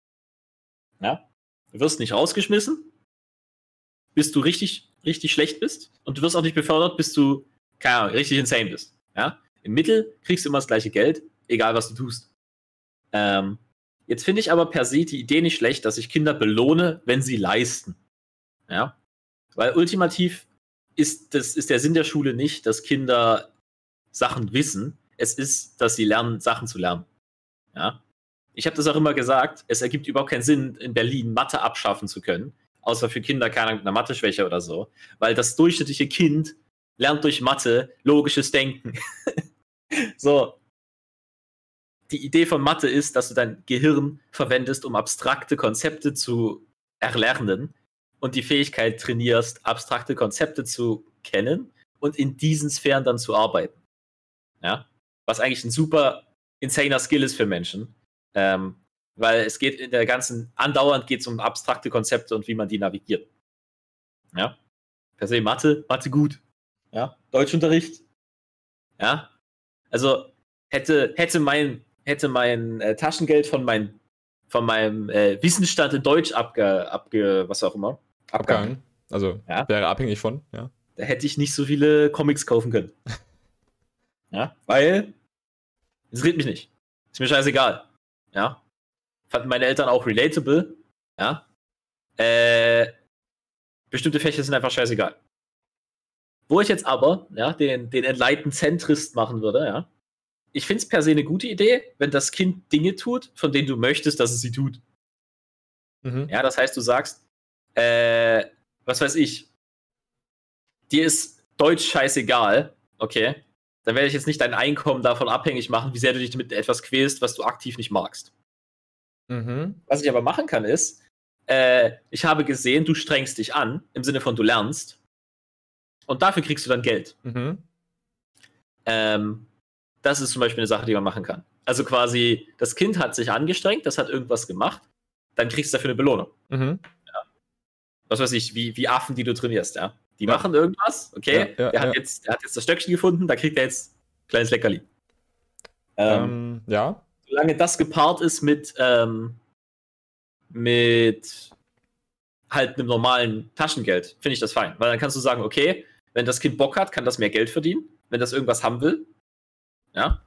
Ja? Du wirst nicht rausgeschmissen, bis du richtig, richtig schlecht bist und du wirst auch nicht befördert, bis du, keine Ahnung, richtig insane bist. Ja? Im Mittel kriegst du immer das gleiche Geld, egal was du tust. Ähm, jetzt finde ich aber per se die Idee nicht schlecht, dass ich Kinder belohne, wenn sie leisten. Ja? Weil ultimativ ist, das, ist der Sinn der Schule nicht, dass Kinder Sachen wissen, es ist, dass sie lernen, Sachen zu lernen. Ja? Ich habe das auch immer gesagt, es ergibt überhaupt keinen Sinn, in Berlin Mathe abschaffen zu können, außer für Kinder, keine Ahnung, mit einer Mathe-Schwäche oder so, weil das durchschnittliche Kind lernt durch Mathe logisches Denken. So. Die Idee von Mathe ist, dass du dein Gehirn verwendest, um abstrakte Konzepte zu erlernen und die Fähigkeit trainierst, abstrakte Konzepte zu kennen und in diesen Sphären dann zu arbeiten. Ja, was eigentlich ein super insaner Skill ist für Menschen, ähm, weil es geht in der ganzen, andauernd geht es um abstrakte Konzepte und wie man die navigiert. Ja, per se Mathe, Mathe gut. Ja, Deutschunterricht. Ja, also hätte, hätte mein hätte mein äh, Taschengeld von, mein, von meinem äh, Wissensstand in Deutsch abge, abge was auch immer, abgehangen. Also ja. wäre abhängig von, ja. Da hätte ich nicht so viele Comics kaufen können. Ja, weil es interessiert mich nicht. Ist mir scheißegal. Ja. Fanden meine Eltern auch relatable. Ja. Äh, bestimmte Fächer sind einfach scheißegal. Wo ich jetzt aber, ja, den, den Enlightened Centrist machen würde, ja. Ich finde es per se eine gute Idee, wenn das Kind Dinge tut, von denen du möchtest, dass es sie tut. Mhm. Ja, das heißt, du sagst, äh, was weiß ich, dir ist Deutsch scheißegal, okay, dann werde ich jetzt nicht dein Einkommen davon abhängig machen, wie sehr du dich mit etwas quälst, was du aktiv nicht magst. Mhm. Was ich aber machen kann, ist, äh, ich habe gesehen, du strengst dich an, im Sinne von du lernst, und dafür kriegst du dann Geld. Mhm. Ähm, das ist zum Beispiel eine Sache, die man machen kann. Also quasi, das Kind hat sich angestrengt, das hat irgendwas gemacht, dann kriegst du dafür eine Belohnung. Mhm. Ja. Was weiß ich, wie, wie Affen, die du trainierst, ja. Die Ja. machen irgendwas, okay, Ja, ja, der, hat ja. jetzt, der hat jetzt das Stöckchen gefunden, da kriegt er jetzt ein kleines Leckerli. Ähm, Ähm, ja. solange das gepaart ist mit, ähm, mit halt einem normalen Taschengeld, finde ich das fein. Weil dann kannst du sagen, okay, wenn das Kind Bock hat, kann das mehr Geld verdienen. Wenn das irgendwas haben will, ja,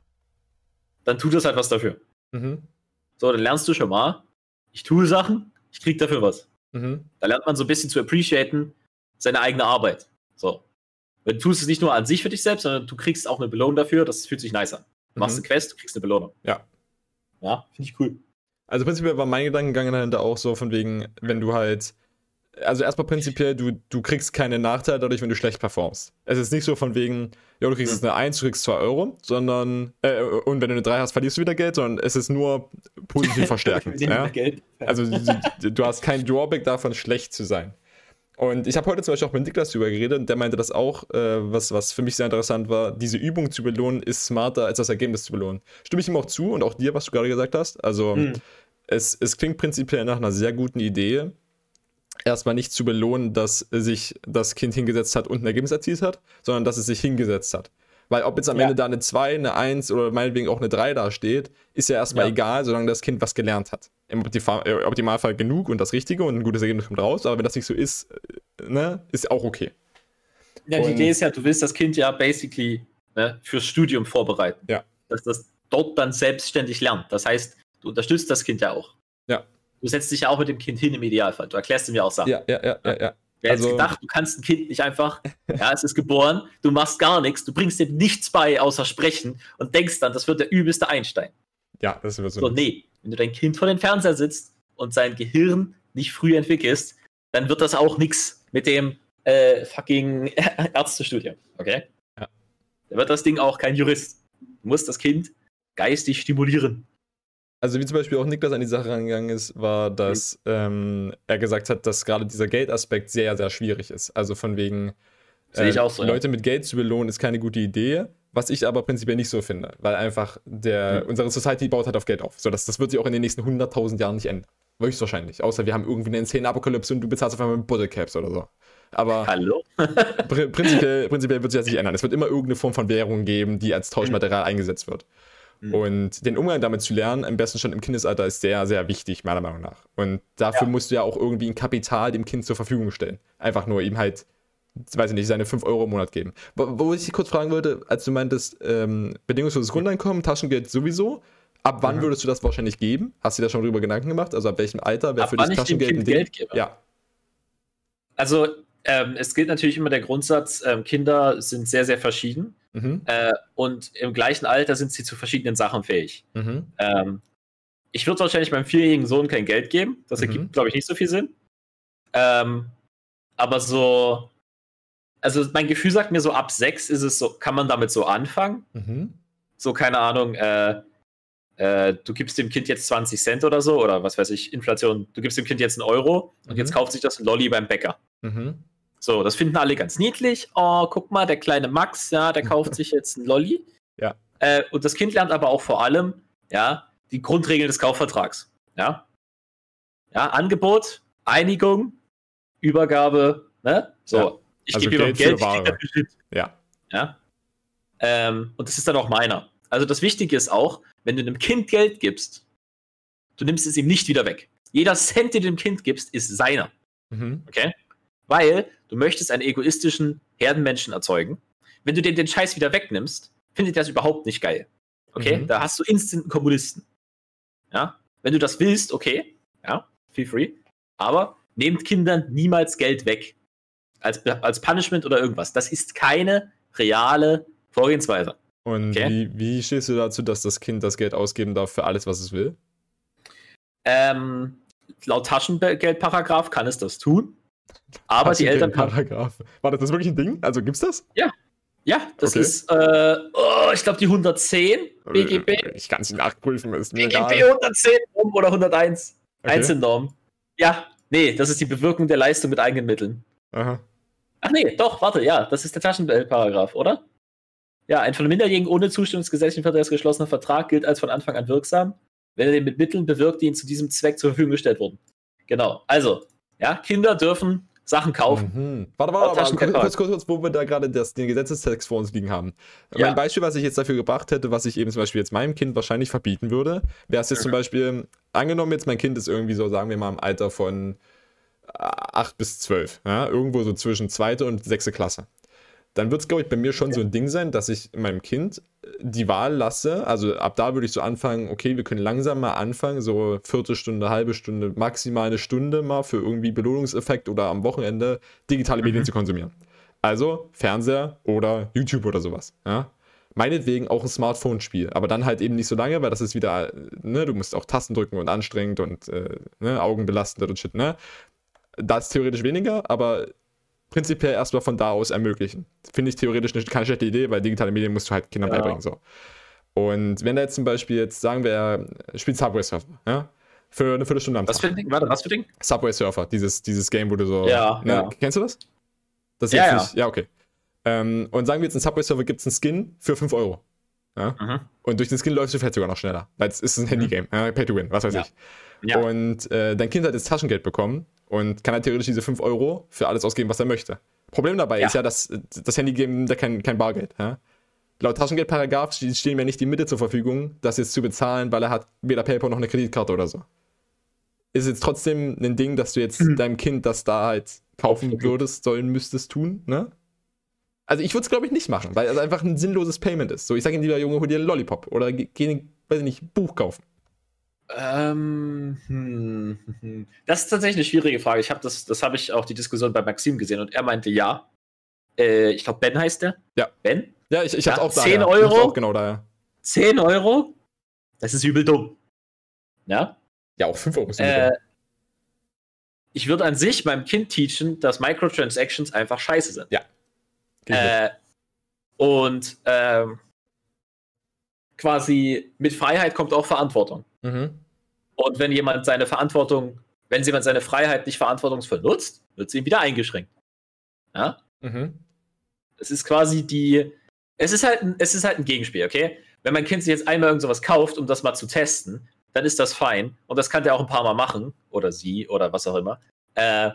dann tut das halt was dafür. Mhm. So, dann lernst du schon mal, ich tue Sachen, ich krieg dafür was. Mhm. Da lernt man so ein bisschen zu appreciaten seine eigene Arbeit. So. Du tust es nicht nur an sich für dich selbst, sondern du kriegst auch eine Belohnung dafür, das fühlt sich nice an. Du machst Mhm. eine Quest, du kriegst eine Belohnung. Ja. Ja, finde ich cool. Also prinzipiell war mein Gedankengang dahinter auch so von wegen, wenn du halt, also erstmal prinzipiell, du, du kriegst keine Nachteile dadurch, wenn du schlecht performst. Es ist nicht so von wegen, ja, du kriegst jetzt Hm. eine eins, du kriegst zwei Euro, sondern, äh, und wenn du eine drei hast, verlierst du wieder Geld, sondern es ist nur positiv verstärkend. ja? Geld. Also du, du hast kein Drawback davon, schlecht zu sein. Und ich habe heute zum Beispiel auch mit Niklas drüber geredet und der meinte das auch, äh, was, was für mich sehr interessant war, diese Übung zu belohnen ist smarter, als das Ergebnis zu belohnen. Stimme ich ihm auch zu und auch dir, was du gerade gesagt hast. Also Hm. es, es klingt prinzipiell nach einer sehr guten Idee, erstmal nicht zu belohnen, dass sich das Kind hingesetzt hat und ein Ergebnis erzielt hat, sondern dass es sich hingesetzt hat. Weil ob jetzt am Ja. Ende da eine zwei, eine eins oder meinetwegen auch eine drei da steht, ist ja erstmal Ja. egal, solange das Kind was gelernt hat. Im Optifa- äh, Optimalfall genug und das Richtige und ein gutes Ergebnis kommt raus, aber wenn das nicht so ist, äh, ne, ist auch okay. Ja, die Und- Idee ist ja, du willst das Kind ja basically ne, fürs Studium vorbereiten. Ja. Dass das dort dann selbstständig lernt. Das heißt, du unterstützt das Kind ja auch. Ja. Du setzt dich ja auch mit dem Kind hin im Idealfall. Du erklärst ihm ja auch Sachen. Ja, ja, ja, ja, ja. Wer hätte Also- gedacht, du kannst ein Kind nicht einfach, ja, es ist geboren, du machst gar nichts, du bringst dem nichts bei, außer Sprechen und denkst dann, das wird der übelste Einstein. Ja, das wird so. So, nee, wenn du dein Kind vor den Fernseher sitzt und sein Gehirn nicht früh entwickelst, dann wird das auch nichts mit dem äh, fucking Ärztestudium, okay? Ja. Da wird das Ding auch kein Jurist. Du musst das Kind geistig stimulieren. Also wie zum Beispiel auch Niklas an die Sache rangegangen ist, war, dass ähm, er gesagt hat, dass gerade dieser Geldaspekt sehr, sehr schwierig ist. Also von wegen, Sehe ich äh, auch so, ja. Leute mit Geld zu belohnen, ist keine gute Idee, was ich aber prinzipiell nicht so finde, weil einfach der, Hm. unsere Society baut halt auf Geld auf. So, das, das wird sich auch in den nächsten hunderttausend Jahren nicht ändern. Höchstwahrscheinlich. Außer wir haben irgendwie eine Insane-Apokalypse und du bezahlst auf einmal mit Bottle Caps oder so. Aber Hallo? pr prinzipiell, prinzipiell wird sich das nicht ändern. Es wird immer irgendeine Form von Währung geben, die als Tauschmaterial eingesetzt wird. Mhm. Und den Umgang damit zu lernen, am besten schon im Kindesalter, ist sehr, sehr wichtig, meiner Meinung nach. Und dafür Ja. musst du ja auch irgendwie ein Kapital dem Kind zur Verfügung stellen. Einfach nur ihm halt, weiß ich nicht, seine fünf Euro im Monat geben. Wo, wo ich dich kurz fragen wollte, als du meintest, ähm, bedingungsloses Grundeinkommen, Taschengeld sowieso, ab wann Mhm. würdest du das wahrscheinlich geben? Hast du dir da schon drüber Gedanken gemacht? Also ab welchem Alter wäre Ab für wann dich ich dem Taschengeld Kind ein Ding? Geld gebe? Ja. Also, ähm, es gilt natürlich immer der Grundsatz, ähm, Kinder sind sehr, sehr verschieden. Mhm. Äh, und im gleichen Alter sind sie zu verschiedenen Sachen fähig. Mhm. Ähm, ich würde wahrscheinlich meinem vierjährigen Sohn kein Geld geben. Das Mhm. ergibt, glaube ich, nicht so viel Sinn. Ähm, aber so, also mein Gefühl sagt mir so, ab sechs ist es so, kann man damit so anfangen. Mhm. So, keine Ahnung, äh, äh, du gibst dem Kind jetzt zwanzig Cent oder so, oder was weiß ich, Inflation, du gibst dem Kind jetzt einen Euro und Mhm. jetzt kauft sich das ein Lolli beim Bäcker. Mhm. So, das finden alle ganz niedlich. Oh, guck mal, der kleine Max, ja, der kauft sich jetzt ein Lolli. Ja. Äh, und das Kind lernt aber auch vor allem, ja, die Grundregeln des Kaufvertrags. Ja. Ja, Angebot, Einigung, Übergabe, ne? So. Ja. Ich Also gebe ihm Geld Geld, für ich krieg Ware. dafür Shit. Ja. Ja. Ähm, und das ist dann auch meiner. Also das Wichtige ist auch, wenn du einem Kind Geld gibst, du nimmst es ihm nicht wieder weg. Jeder Cent, den du dem Kind gibst, ist seiner. Mhm. Okay? Weil du möchtest einen egoistischen Herdenmenschen erzeugen. Wenn du dem den Scheiß wieder wegnimmst, findet er das überhaupt nicht geil. Okay? Mhm. Da hast du instant einen Kommunisten. Ja? Wenn du das willst, okay, ja, feel free. Aber nehmt Kindern niemals Geld weg. Als, als Punishment oder irgendwas. Das ist keine reale Vorgehensweise. Und Okay. wie, wie stehst du dazu, dass das Kind das Geld ausgeben darf für alles, was es will? Ähm, laut Taschengeldparagraf kann es das tun. Aber die Eltern haben. Paragraph. War das, das wirklich ein Ding? Also gibt's das? Ja. Ja, das Okay. ist, äh, oh, ich glaube, die hundertzehn B G B. Ich kann es nicht nachprüfen, ist mir B G B egal. hundertzehn oder hunderteins. Okay. Einzelnorm. Ja, nee, das ist die Bewirkung der Leistung mit eigenen Mitteln. Aha. Ach nee, doch, warte, ja, das ist der Taschengeldparagraph, oder? Ja, ein von Minderjährigen ohne Zustimmung des gesetzlichen Vertrags geschlossener Vertrag gilt als von Anfang an wirksam, wenn er den mit Mitteln bewirkt, die ihnen zu diesem Zweck zur Verfügung gestellt wurden. Genau, also, ja, Kinder dürfen Sachen kaufen. Mhm. Warte, Laut warte, warte, Taschengeldparagraf. kurz, kurz, kurz, wo wir da gerade das, den Gesetzestext vor uns liegen haben. Ja. Mein Beispiel, was ich jetzt dafür gebracht hätte, was ich eben zum Beispiel jetzt meinem Kind wahrscheinlich verbieten würde, wäre es jetzt Mhm. zum Beispiel, angenommen jetzt mein Kind ist irgendwie so, sagen wir mal im Alter von acht bis zwölf, ja, irgendwo so zwischen zweite und sechste Klasse. Dann wird es, glaube ich, bei mir schon so ein Ding sein, dass ich meinem Kind die Wahl lasse. Also ab da würde ich so anfangen, okay, wir können langsam mal anfangen, so Viertelstunde, halbe Stunde, maximal eine Stunde mal für irgendwie Belohnungseffekt oder am Wochenende digitale Medien Mhm. zu konsumieren. Also Fernseher oder YouTube oder sowas. Ja? Meinetwegen auch ein Smartphone-Spiel, aber dann halt eben nicht so lange, weil das ist wieder, ne, du musst auch Tasten drücken und anstrengend und äh, ne, Augen belastend und shit, ne? Das ist theoretisch weniger, aber prinzipiell erstmal von da aus ermöglichen. Finde ich theoretisch eine, keine schlechte Idee, weil digitale Medien musst du halt Kindern Ja. beibringen. So. Und wenn da jetzt zum Beispiel, jetzt sagen wir, er spielt Subway Surfer, ja? Für eine Viertelstunde am Was für Tag. ein Ding? Warte, was für ein Ding? Subway Surfer, dieses, dieses Game, wo du so. Ja, Ne, ja. Kennst du das? Das ist Ja, jetzt ja. nicht. Ja, okay. Ähm, und sagen wir jetzt, in Subway Surfer gibt es einen Skin für fünf Euro. Ja? Mhm. Und durch den Skin läufst du vielleicht sogar noch schneller. Weil es ist ein Handy-Game. Ja? Pay to win, was weiß Ja. ich. Ja. Und äh, dein Kind hat jetzt Taschengeld bekommen und kann halt theoretisch diese fünf Euro für alles ausgeben, was er möchte. Problem dabei Ja. ist ja, dass äh, das Handy-Game nimmt ja kein, kein Bargeld. Ja? Laut Taschengeldparagraf ste- stehen mir nicht die Mittel zur Verfügung, das jetzt zu bezahlen, weil er hat weder PayPal noch eine Kreditkarte oder so. Ist jetzt trotzdem ein Ding, dass du jetzt Mhm. deinem Kind das da halt kaufen Absolut. würdest, sollen, müsstest tun, ne? Also ich würde es, glaube ich, nicht machen, weil es einfach ein sinnloses Payment ist. So, ich sage ihm lieber, Junge, hol dir einen Lollipop oder geh, geh, weiß ich nicht, Buch kaufen. Ähm, hm, hm, hm. Das ist tatsächlich eine schwierige Frage. Ich habe das, das habe ich auch die Diskussion bei Maxim gesehen und er meinte ja. Äh, ich glaube, Ben heißt der. Ja. Ben? Ja, ich, ich Ja, hab's auch zehn daher. Euro? Ich auch genau daher. zehn Euro? Das ist übel dumm. Ja? Ja, auch fünf Euro ist Äh, ich würde an sich meinem Kind teachen, dass Microtransactions einfach scheiße sind. Geh ich mit. Äh, und ähm, quasi mit Freiheit kommt auch Verantwortung. Mhm. Und wenn jemand seine Verantwortung, wenn jemand seine Freiheit nicht verantwortungsvoll nutzt, wird sie ihm wieder eingeschränkt. Ja? Mhm. Es ist quasi die, es ist halt ein, es ist halt ein Gegenspiel, okay? Wenn mein Kind sich jetzt einmal irgend sowas kauft, um das mal zu testen, dann ist das fein. Und das kann der auch ein paar Mal machen. Oder sie, oder was auch immer. Äh,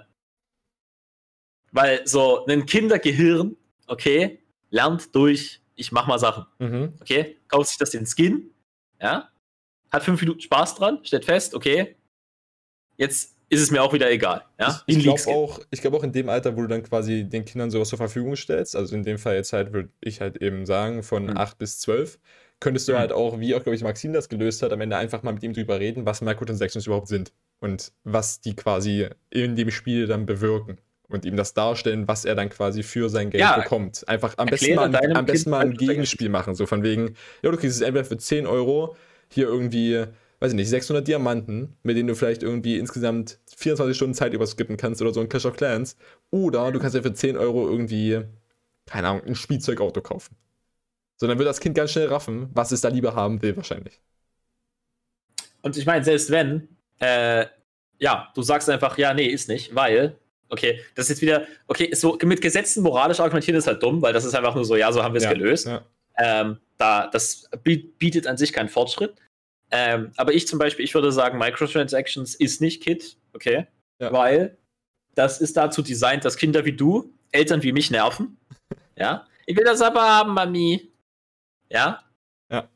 weil so ein Kindergehirn, okay, lernt durch, ich mach mal Sachen. Mhm. Okay, kauft sich das den Skin, ja, hat fünf Minuten Spaß dran, stellt fest, okay, jetzt ist es mir auch wieder egal, ja. Ich, ich Wie ein glaube League-Skin. auch, ich glaube auch in dem Alter, wo du dann quasi den Kindern sowas zur Verfügung stellst, also in dem Fall jetzt halt, würde ich halt eben sagen, von Mhm. acht bis zwölf, könntest du Mhm. halt auch, wie auch, glaube ich, Maxim das gelöst hat, am Ende einfach mal mit ihm drüber reden, was Microtransactions überhaupt sind und was die quasi in dem Spiel dann bewirken. Und ihm das darstellen, was er dann quasi für sein Geld Ja, bekommt. Einfach am besten erkläre mal, ein- deinem am besten Kind mal ein Microtransactions. Gegenspiel machen. So von wegen, ja, du kriegst es entweder für zehn Euro hier irgendwie, weiß ich nicht, sechshundert Diamanten, mit denen du vielleicht irgendwie insgesamt vierundzwanzig Stunden Zeit überskippen kannst oder so ein Clash of Clans. Oder du kannst dir für zehn Euro irgendwie, keine Ahnung, ein Spielzeugauto kaufen. So, dann wird das Kind ganz schnell raffen, was es da lieber haben will wahrscheinlich. Und ich meine, selbst wenn, äh, ja, du sagst einfach, ja, nee, ist nicht, weil, okay, das ist jetzt wieder, okay, so mit Gesetzen moralisch argumentieren ist halt dumm, weil das ist einfach nur so, ja, so haben wir es Ja, gelöst. ja. Ähm, da, das biet- bietet an sich keinen Fortschritt. Ähm, aber ich zum Beispiel, ich würde sagen, Microtransactions ist nicht Kid, okay? Ja. Weil das ist dazu designt, dass Kinder wie du, Eltern wie mich nerven. Ja? Ich will das aber haben, Mami. Ja? Ja.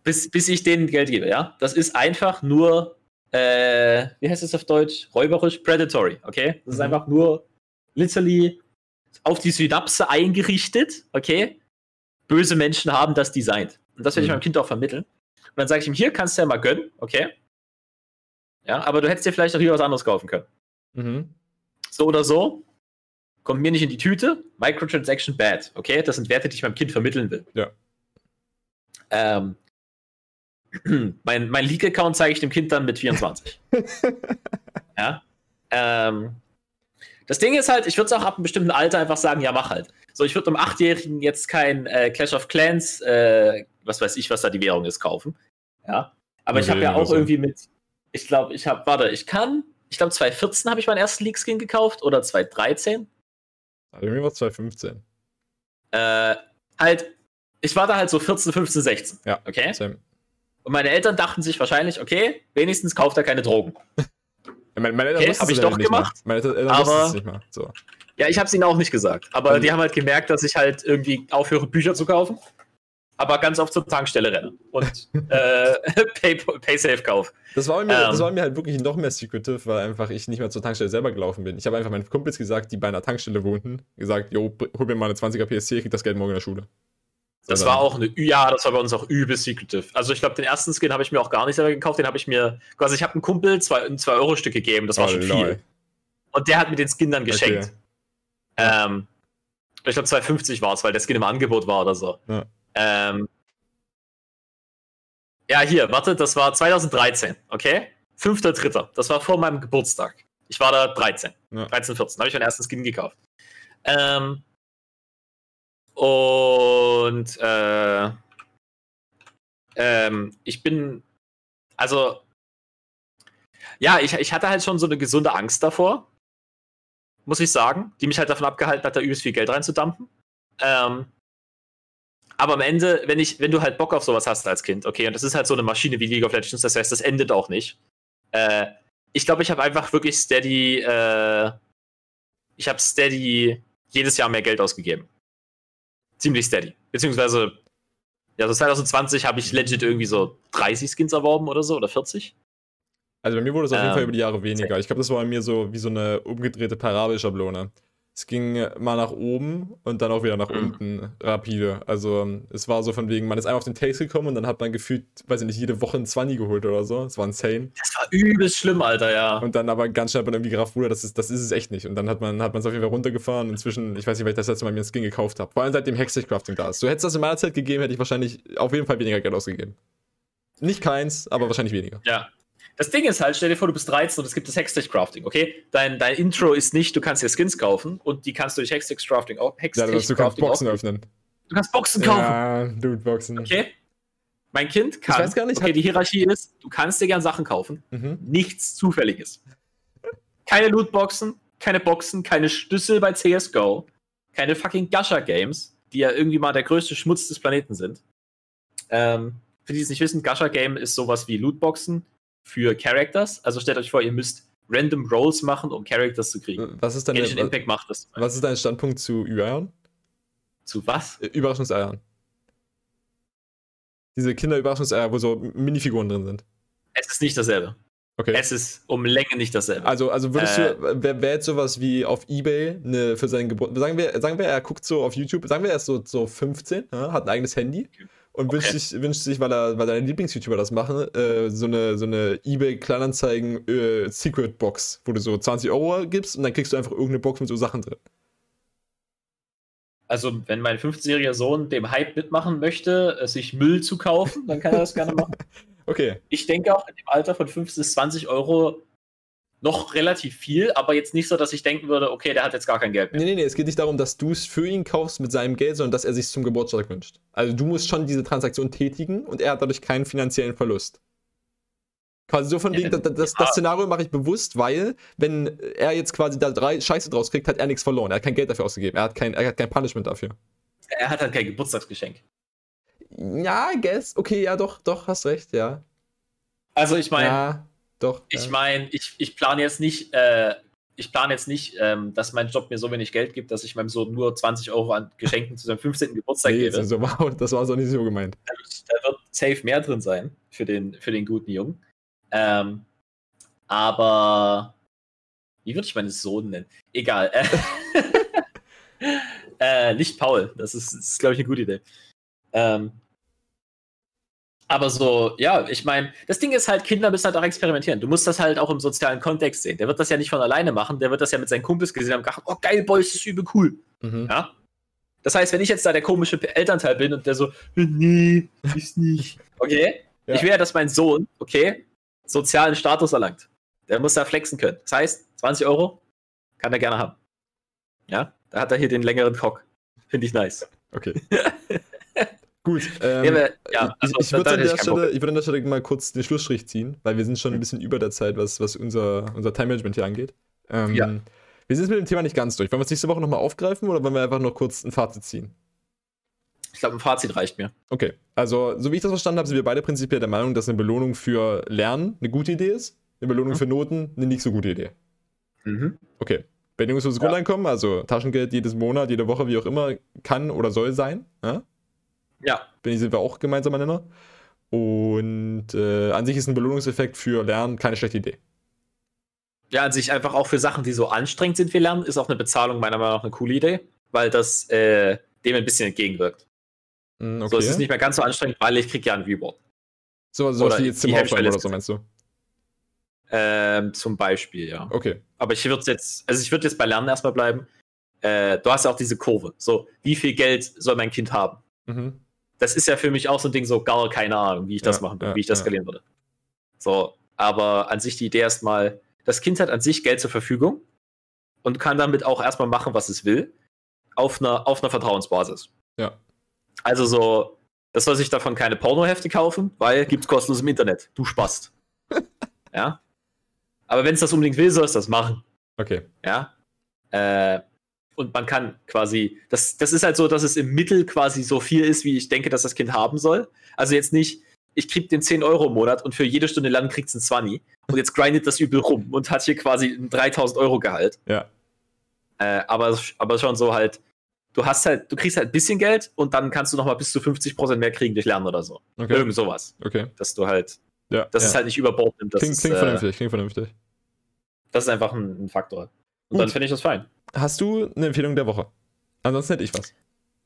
bis, bis ich denen Geld gebe, ja. Das ist einfach nur, äh, wie heißt das auf Deutsch? Räuberisch, predatory, okay? Das ist Mhm. einfach nur literally auf die Synapse eingerichtet, okay? Böse Menschen haben das designt. Und das werde ich Mhm. meinem Kind auch vermitteln. Und dann sage ich ihm, hier kannst du ja mal gönnen, okay? Ja, aber du hättest dir vielleicht auch hier was anderes kaufen können. Mhm. So oder so, kommt mir nicht in die Tüte. Microtransaction bad, okay? Das sind Werte, die ich meinem Kind vermitteln will. Ja. Ähm, mein mein Leak-Account zeige ich dem Kind dann mit vierundzwanzig. Ja. Ähm, das Ding ist halt, ich würde es auch ab einem bestimmten Alter einfach sagen, ja, mach halt. So, ich würde einem Achtjährigen jetzt kein äh, Clash of Clans, äh, was weiß ich, was da die Währung ist, kaufen. Ja. Aber ich habe ja auch so. irgendwie mit, ich glaube, ich habe, warte, ich kann, ich glaube zwanzig vierzehn habe ich meinen ersten Leak-Skin gekauft oder zwanzig dreizehn. Also mir war zwanzig fünfzehn. Äh, halt, ich war da halt so vierzehn, fünfzehn, sechzehn. Ja, okay. Same. Und meine Eltern dachten sich wahrscheinlich, okay, wenigstens kauft er keine Drogen. Ja, meine, meine Eltern Okay, wussten hab es ich leider doch nicht gemacht, Mal. Meine Eltern aber- wussten es nicht mal. So. Ja, ich habe es ihnen auch nicht gesagt. Aber Also- die haben halt gemerkt, dass ich halt irgendwie aufhöre, Bücher zu kaufen. Aber ganz oft zur Tankstelle renne. Und äh, pay, pay safe kauf. Das war, bei mir, Ähm. das war bei mir halt wirklich noch mehr secretive, weil einfach ich nicht mehr zur Tankstelle selber gelaufen bin. Ich habe einfach meinen Kumpels gesagt, die bei einer Tankstelle wohnten, gesagt, jo, hol mir mal eine zwanziger P S C, ich krieg das Geld morgen in der Schule. Das So, war dann- auch eine, ja, das war bei uns auch übel secretive. Also ich glaube, den ersten Skin habe ich mir auch gar nicht selber gekauft. Den habe ich mir, also ich habe einem Kumpel zwei, ein zwei Euro Stück gegeben. Das war Oh, schon lol. viel. Und der hat mir den Skin dann geschenkt. Okay. Ähm, ich glaube, zwei fünfzig war es, weil der Skin im Angebot war oder so. Ja. Ähm, ja, hier, warte, das war zwanzig dreizehn, okay? fünfter dritter Das war vor meinem Geburtstag. Ich war da dreizehn. Ja. dreizehn, vierzehn habe ich meinen ersten Skin gekauft. Ähm, und äh, ähm, ich bin, also, ja, ich, ich hatte halt schon so eine gesunde Angst davor, muss ich sagen, die mich halt davon abgehalten hat, da übelst viel Geld reinzudumpen. Ähm, aber am Ende, wenn ich, wenn du halt Bock auf sowas hast als Kind, okay, und das ist halt so eine Maschine wie League of Legends, das heißt, das endet auch nicht. Äh, ich glaube, ich habe einfach wirklich steady, äh, ich habe steady jedes Jahr mehr Geld ausgegeben. Ziemlich steady. Beziehungsweise, ja, so zwanzig zwanzig habe ich legit irgendwie so dreißig Skins erworben oder so, oder vierzig. Also bei mir wurde es auf jeden Ähm, Fall über die Jahre weniger. Ich glaube, das war bei mir so wie so eine umgedrehte Parabelschablone. Es ging mal nach oben und dann auch wieder nach Mhm. unten rapide. Also es war so von wegen, man ist einmal auf den Taste gekommen und dann hat man gefühlt, weiß ich nicht, jede Woche ein zwanzig geholt oder so. Es war insane. Das war übelst schlimm, Alter, ja. Und dann aber ganz schnell hat man irgendwie gerafft, Bruder, das ist, das ist es echt nicht. Und dann hat man hat man es auf jeden Fall runtergefahren. Inzwischen, ich weiß nicht, weil ich das letzte Mal mir ein Skin gekauft habe. Vor allem seitdem Hextech-Crafting da ist. So hätte es das in meiner Zeit gegeben, hätte ich wahrscheinlich auf jeden Fall weniger Geld ausgegeben. Nicht keins, aber wahrscheinlich weniger. Ja. Das Ding ist halt, stell dir vor, du bist dreizehn und es gibt das Hextech-Crafting, okay? Dein, dein Intro ist nicht, du kannst dir Skins kaufen und die kannst du durch Hextech-Crafting auch. Ja, du kannst Hextech-Crafting Boxen auch. öffnen. Du kannst Boxen kaufen. Ja, Lootboxen. Okay? Mein Kind kann. weiß gar nicht, okay, hat- die Hierarchie ist, du kannst dir gern Sachen kaufen. Mhm. Nichts Zufälliges. Keine Lootboxen, keine Boxen, keine Schlüssel bei C S G O, keine fucking Gacha-Games, die ja irgendwie mal der größte Schmutz des Planeten sind. Ähm, für die es nicht wissen, Gacha-Game ist sowas wie Lootboxen für Characters. Also stellt euch vor, ihr müsst random Rolls machen, um Characters zu kriegen. Was ist, deine, Genshin Impact macht das. was ist dein Standpunkt zu Ü-Eiern? Zu was? Äh, Überraschungseiern. Diese Kinder-Überraschungseier, wo so Minifiguren drin sind. Es ist nicht dasselbe. Okay. Es ist um Länge nicht dasselbe. Also, also würdest Äh, du, wäre wär jetzt sowas wie auf Ebay eine, für seinen Geburtstag, sagen wir, sagen wir, er guckt so auf YouTube, sagen wir, er ist so, so fünfzehn, ja, hat ein eigenes Handy und Okay. wünscht sich, wünscht sich, weil er, weil seine Lieblings-YouTuber das machen, äh, so eine, so eine Ebay-Kleinanzeigen äh, Secret-Box, wo du so zwanzig Euro gibst und dann kriegst du einfach irgendeine Box mit so Sachen drin. Also, wenn mein fünfzehnjähriger Sohn dem Hype mitmachen möchte, äh, sich Müll zu kaufen, dann kann er das gerne machen. Okay. Ich denke auch in dem Alter von fünfzehn bis zwanzig Euro noch relativ viel, aber jetzt nicht so, dass ich denken würde, okay, der hat jetzt gar kein Geld mehr. Nee, nee, nee, es geht nicht darum, dass du es für ihn kaufst mit seinem Geld, sondern dass er sich zum Geburtstag wünscht. Also du musst schon diese Transaktion tätigen und er hat dadurch keinen finanziellen Verlust. Quasi so von Ja, wegen, das, das, ja. das Szenario mache ich bewusst, weil, wenn er jetzt quasi da drei Scheiße draus kriegt, hat er nichts verloren. Er hat kein Geld dafür ausgegeben. Er hat kein, er hat kein Punishment dafür. Er hat halt kein Geburtstagsgeschenk. Ja, I guess. Okay, ja, doch, doch, hast recht, ja. Also, ich meine, Ja, doch. ich ja. meine, ich, ich plane jetzt nicht, äh, ich plane jetzt nicht, ähm, dass mein Job mir so wenig Geld gibt, dass ich meinem Sohn nur zwanzig Euro an Geschenken zu seinem fünfzehnten Geburtstag Nee, gebe. so, wow, das war so nicht so gemeint. Da wird, safe mehr drin sein für den, für den guten Jungen. Ähm, aber wie würde ich meinen Sohn nennen? Egal. äh, nicht Paul. Das ist, ist glaube ich, eine gute Idee. Ähm, aber so, ja, ich meine, das Ding ist halt, Kinder müssen halt auch experimentieren. Du musst das halt auch im sozialen Kontext sehen. Der wird das ja nicht von alleine machen, der wird das ja mit seinen Kumpels gesehen haben und gedacht, oh geil, Boys, das ist übel cool. Mhm. Ja? Das heißt, wenn ich jetzt da der komische Elternteil bin und der so, nee, ist nicht. Okay? Ja. Ich will ja, dass mein Sohn, okay, sozialen Status erlangt. Der muss da flexen können. Das heißt, zwanzig Euro kann er gerne haben. Ja? Da hat er hier den längeren Cock. Finde ich nice. Okay. Gut, ähm, ja, ja, also, ich, ich würde an, würd an der Stelle mal kurz den Schlussstrich ziehen, weil wir sind schon ein bisschen über der Zeit, was, was unser, unser Time-Management hier angeht. Ähm, ja. Wir sind mit dem Thema nicht ganz durch. Wollen wir es nächste Woche nochmal aufgreifen oder wollen wir einfach noch kurz ein Fazit ziehen? Ich glaube, ein Fazit reicht mir. Okay, also so wie ich das verstanden habe, sind wir beide prinzipiell der Meinung, dass eine Belohnung für Lernen eine gute Idee ist, eine Belohnung mhm. für Noten eine nicht so gute Idee. Mhm. Okay, bedingungsloses ja. Grundeinkommen, also Taschengeld jedes Monat, jede Woche, wie auch immer, kann oder soll sein. Ja? Ja. Bin ich, sind wir auch gemeinsamer Nenner. Und äh, an sich ist ein Belohnungseffekt für Lernen keine schlechte Idee. Ja, an sich einfach auch für Sachen, die so anstrengend sind wie Lernen, ist auch eine Bezahlung meiner Meinung nach eine coole Idee, weil das äh, dem ein bisschen entgegenwirkt. Mm, okay. So, es ist nicht mehr ganz so anstrengend, weil ich kriege ja einen Reward. So, so oder wie jetzt Zimmer aufräumen oder so, meinst du? Ähm, zum Beispiel, ja. Okay. Aber ich würde jetzt, also ich würde jetzt bei Lernen erstmal bleiben. Äh, du hast ja auch diese Kurve. So, wie viel Geld soll mein Kind haben? Mhm. Das ist ja für mich auch so ein Ding, so gar keine Ahnung, wie ich das ja, machen würde, ja, wie ich das ja. skalieren würde. So, aber an sich die Idee erstmal, das Kind hat an sich Geld zur Verfügung und kann damit auch erstmal machen, was es will, auf einer, auf einer Vertrauensbasis. Ja. Also so, das soll sich davon keine Pornohefte kaufen, weil gibt's kostenlos im Internet. Du Spast. Ja. Aber wenn es das unbedingt will, soll es das machen. Okay. Ja. Äh, und man kann quasi, das, das ist halt so, dass es im Mittel quasi so viel ist, wie ich denke, dass das Kind haben soll. Also jetzt nicht, ich krieg den zehn Euro im Monat und für jede Stunde Lernen kriegt es einen zwanzig und jetzt grindet das übel rum und hat hier quasi ein dreitausend Euro Gehalt. Ja. Äh, aber, aber schon so halt, du hast halt, du kriegst halt ein bisschen Geld und dann kannst du nochmal bis zu fünfzig Prozent mehr kriegen durch Lernen oder so. Okay. Irgend sowas. Okay. Dass du halt, ja, dass ja. es halt nicht über Bord nimmt. Klingt, klingt ist, vernünftig, äh, klingt vernünftig. Das ist einfach ein, ein Faktor. Und Gut. dann finde ich das fein. Hast du eine Empfehlung der Woche? Ansonsten hätte ich was.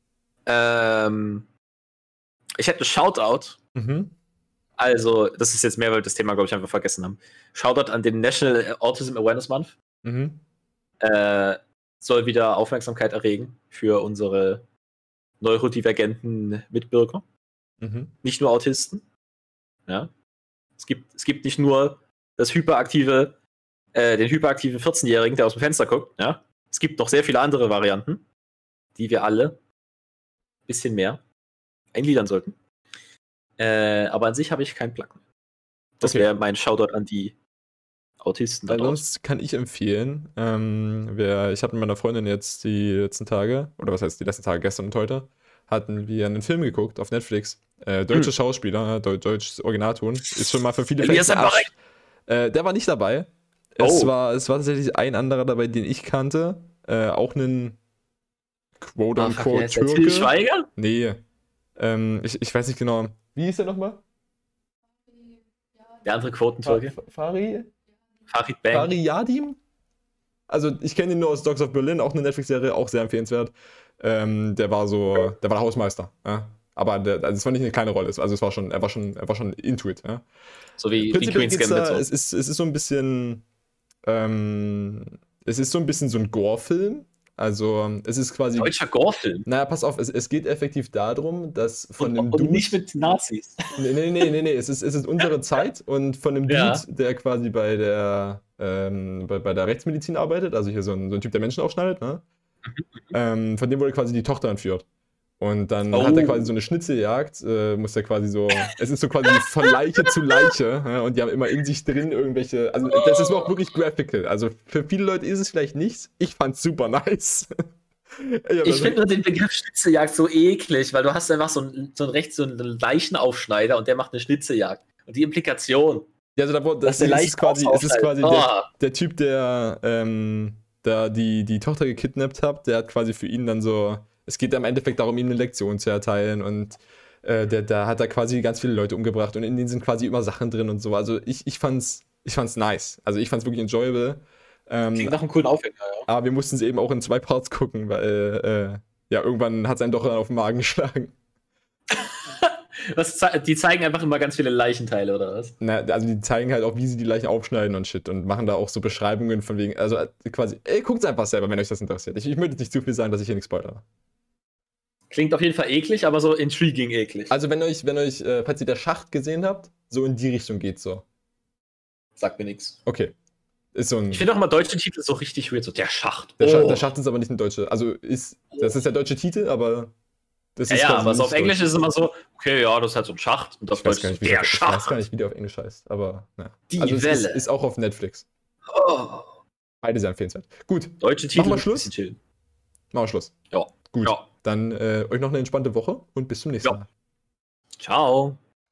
Ähm, ich hätte einen Shoutout. Mhm. Also, das ist jetzt mehr, weil wir das Thema, glaube ich, einfach vergessen haben. Shoutout an den National Autism Awareness Month. Mhm. Äh, soll wieder Aufmerksamkeit erregen für unsere neurodivergenten Mitbürger. Mhm. Nicht nur Autisten. Ja. Es gibt, es gibt nicht nur das hyperaktive, äh, den hyperaktiven vierzehnjährigen, der aus dem Fenster guckt. Ja. Es gibt noch sehr viele andere Varianten, die wir alle ein bisschen mehr eingliedern sollten. Äh, aber an sich habe ich keinen Plug mehr. Das Okay. wäre mein Shoutout an die Autisten. Da Sonst kann ich empfehlen, ähm, wer, ich habe mit meiner Freundin jetzt die letzten Tage, oder was heißt die letzten Tage, gestern und heute, hatten wir einen Film geguckt auf Netflix. Äh, deutsche hm. Schauspieler, Deu deutsches Originalton. Ist schon mal für viele Fans äh, Der war nicht dabei. Oh. Es, war, es war tatsächlich ein anderer dabei, den ich kannte. Äh, auch einen quote-unquote Ach, Türke. Til Schweiger? Nee. Ähm, ich, ich weiß nicht genau. Wie hieß der nochmal? Der andere Quotentürke. Fari? Farid Bang. Fari Yadim? Also ich kenne ihn nur aus Dogs of Berlin, auch eine Netflix-Serie, auch sehr empfehlenswert. Ähm, der war so, der war der Hausmeister. Ja? Aber der, also es war nicht eine kleine Rolle, also es war schon, er war schon, er war schon into it. Ja? So wie, wie Queen's Gambit. So. Es, ist, es ist so ein bisschen, ähm, es ist so ein bisschen so ein Gore-Film. Also es ist quasi... Deutscher Gore-Film? Naja, pass auf, es, es geht effektiv darum, dass von und, einem und Dude... nicht mit Nazis. Nee, nee, nee, nee, nee. Es, ist, es ist unsere Zeit und von einem Dude, Ja. der quasi bei der, ähm, bei, bei der Rechtsmedizin arbeitet, also hier so ein, so ein Typ, der Menschen aufschneidet, ne? ähm, von dem wurde quasi die Tochter entführt. Und dann Oh. hat er quasi so eine Schnitzeljagd, äh, muss er quasi so, es ist so quasi von Leiche zu Leiche, ja, und die haben immer in sich drin irgendwelche, also das ist auch wirklich graphical, also für viele Leute ist es vielleicht nichts, ich fand's super nice. Ich, ich finde nur den Begriff Schnitzeljagd so eklig, weil du hast einfach so einen, so einen recht so einen Leichenaufschneider und der macht eine Schnitzeljagd. Und die Implikation, ja, also da, das, dass der es ist quasi, es ist quasi oh. der, der Typ, der, ähm, der die, die Tochter gekidnappt hat, der hat quasi für ihn dann so, es geht im Endeffekt darum, ihm eine Lektion zu erteilen und Äh, der, da hat er quasi ganz viele Leute umgebracht und in denen sind quasi immer Sachen drin und so. Also ich, ich fand's, ich fand's nice. Also ich fand's wirklich enjoyable. Ähm, Klingt nach einem coolen Aufhänger, ja. aber wir mussten es eben auch in zwei Parts gucken, weil äh, ja, irgendwann hat es einen doch auf den Magen geschlagen. Was, die zeigen einfach immer ganz viele Leichenteile, oder was? Na, also die zeigen halt auch, wie sie die Leichen aufschneiden und shit und machen da auch so Beschreibungen von wegen, also quasi, ey, guckt's einfach selber, wenn euch das interessiert. Ich, ich möchte nicht zu viel sagen, dass ich hier nichts spoilere. Klingt auf jeden Fall eklig, aber so intriguing eklig. Also wenn euch, wenn euch, äh, falls ihr der Schacht gesehen habt, so in die Richtung geht's so. Sagt mir nichts. Okay. Ist so ein. Ich finde auch immer deutsche Titel so richtig weird, so der Schacht. Der, oh. Schacht, der Schacht ist aber nicht ein deutscher. Also ist, das ist der deutsche Titel, aber das ja, ist ja, aber so nicht auf Englisch deutsch. ist es immer so, okay, ja, das ist halt so ein Schacht. Und auf Ich weiß, Deutsch gar ist nicht, so wie der der, ich Schacht. weiß gar nicht, wie der auf Englisch heißt, aber naja. Die also es Welle. Ist, ist auch auf Netflix. Oh. Beide sehr empfehlenswert. Gut. Deutsche Titel. Machen wir Schluss? Chillen. Machen wir Schluss. Ja. Gut. Ja. Dann äh, euch noch eine entspannte Woche und bis zum nächsten Ja. Mal. Ciao.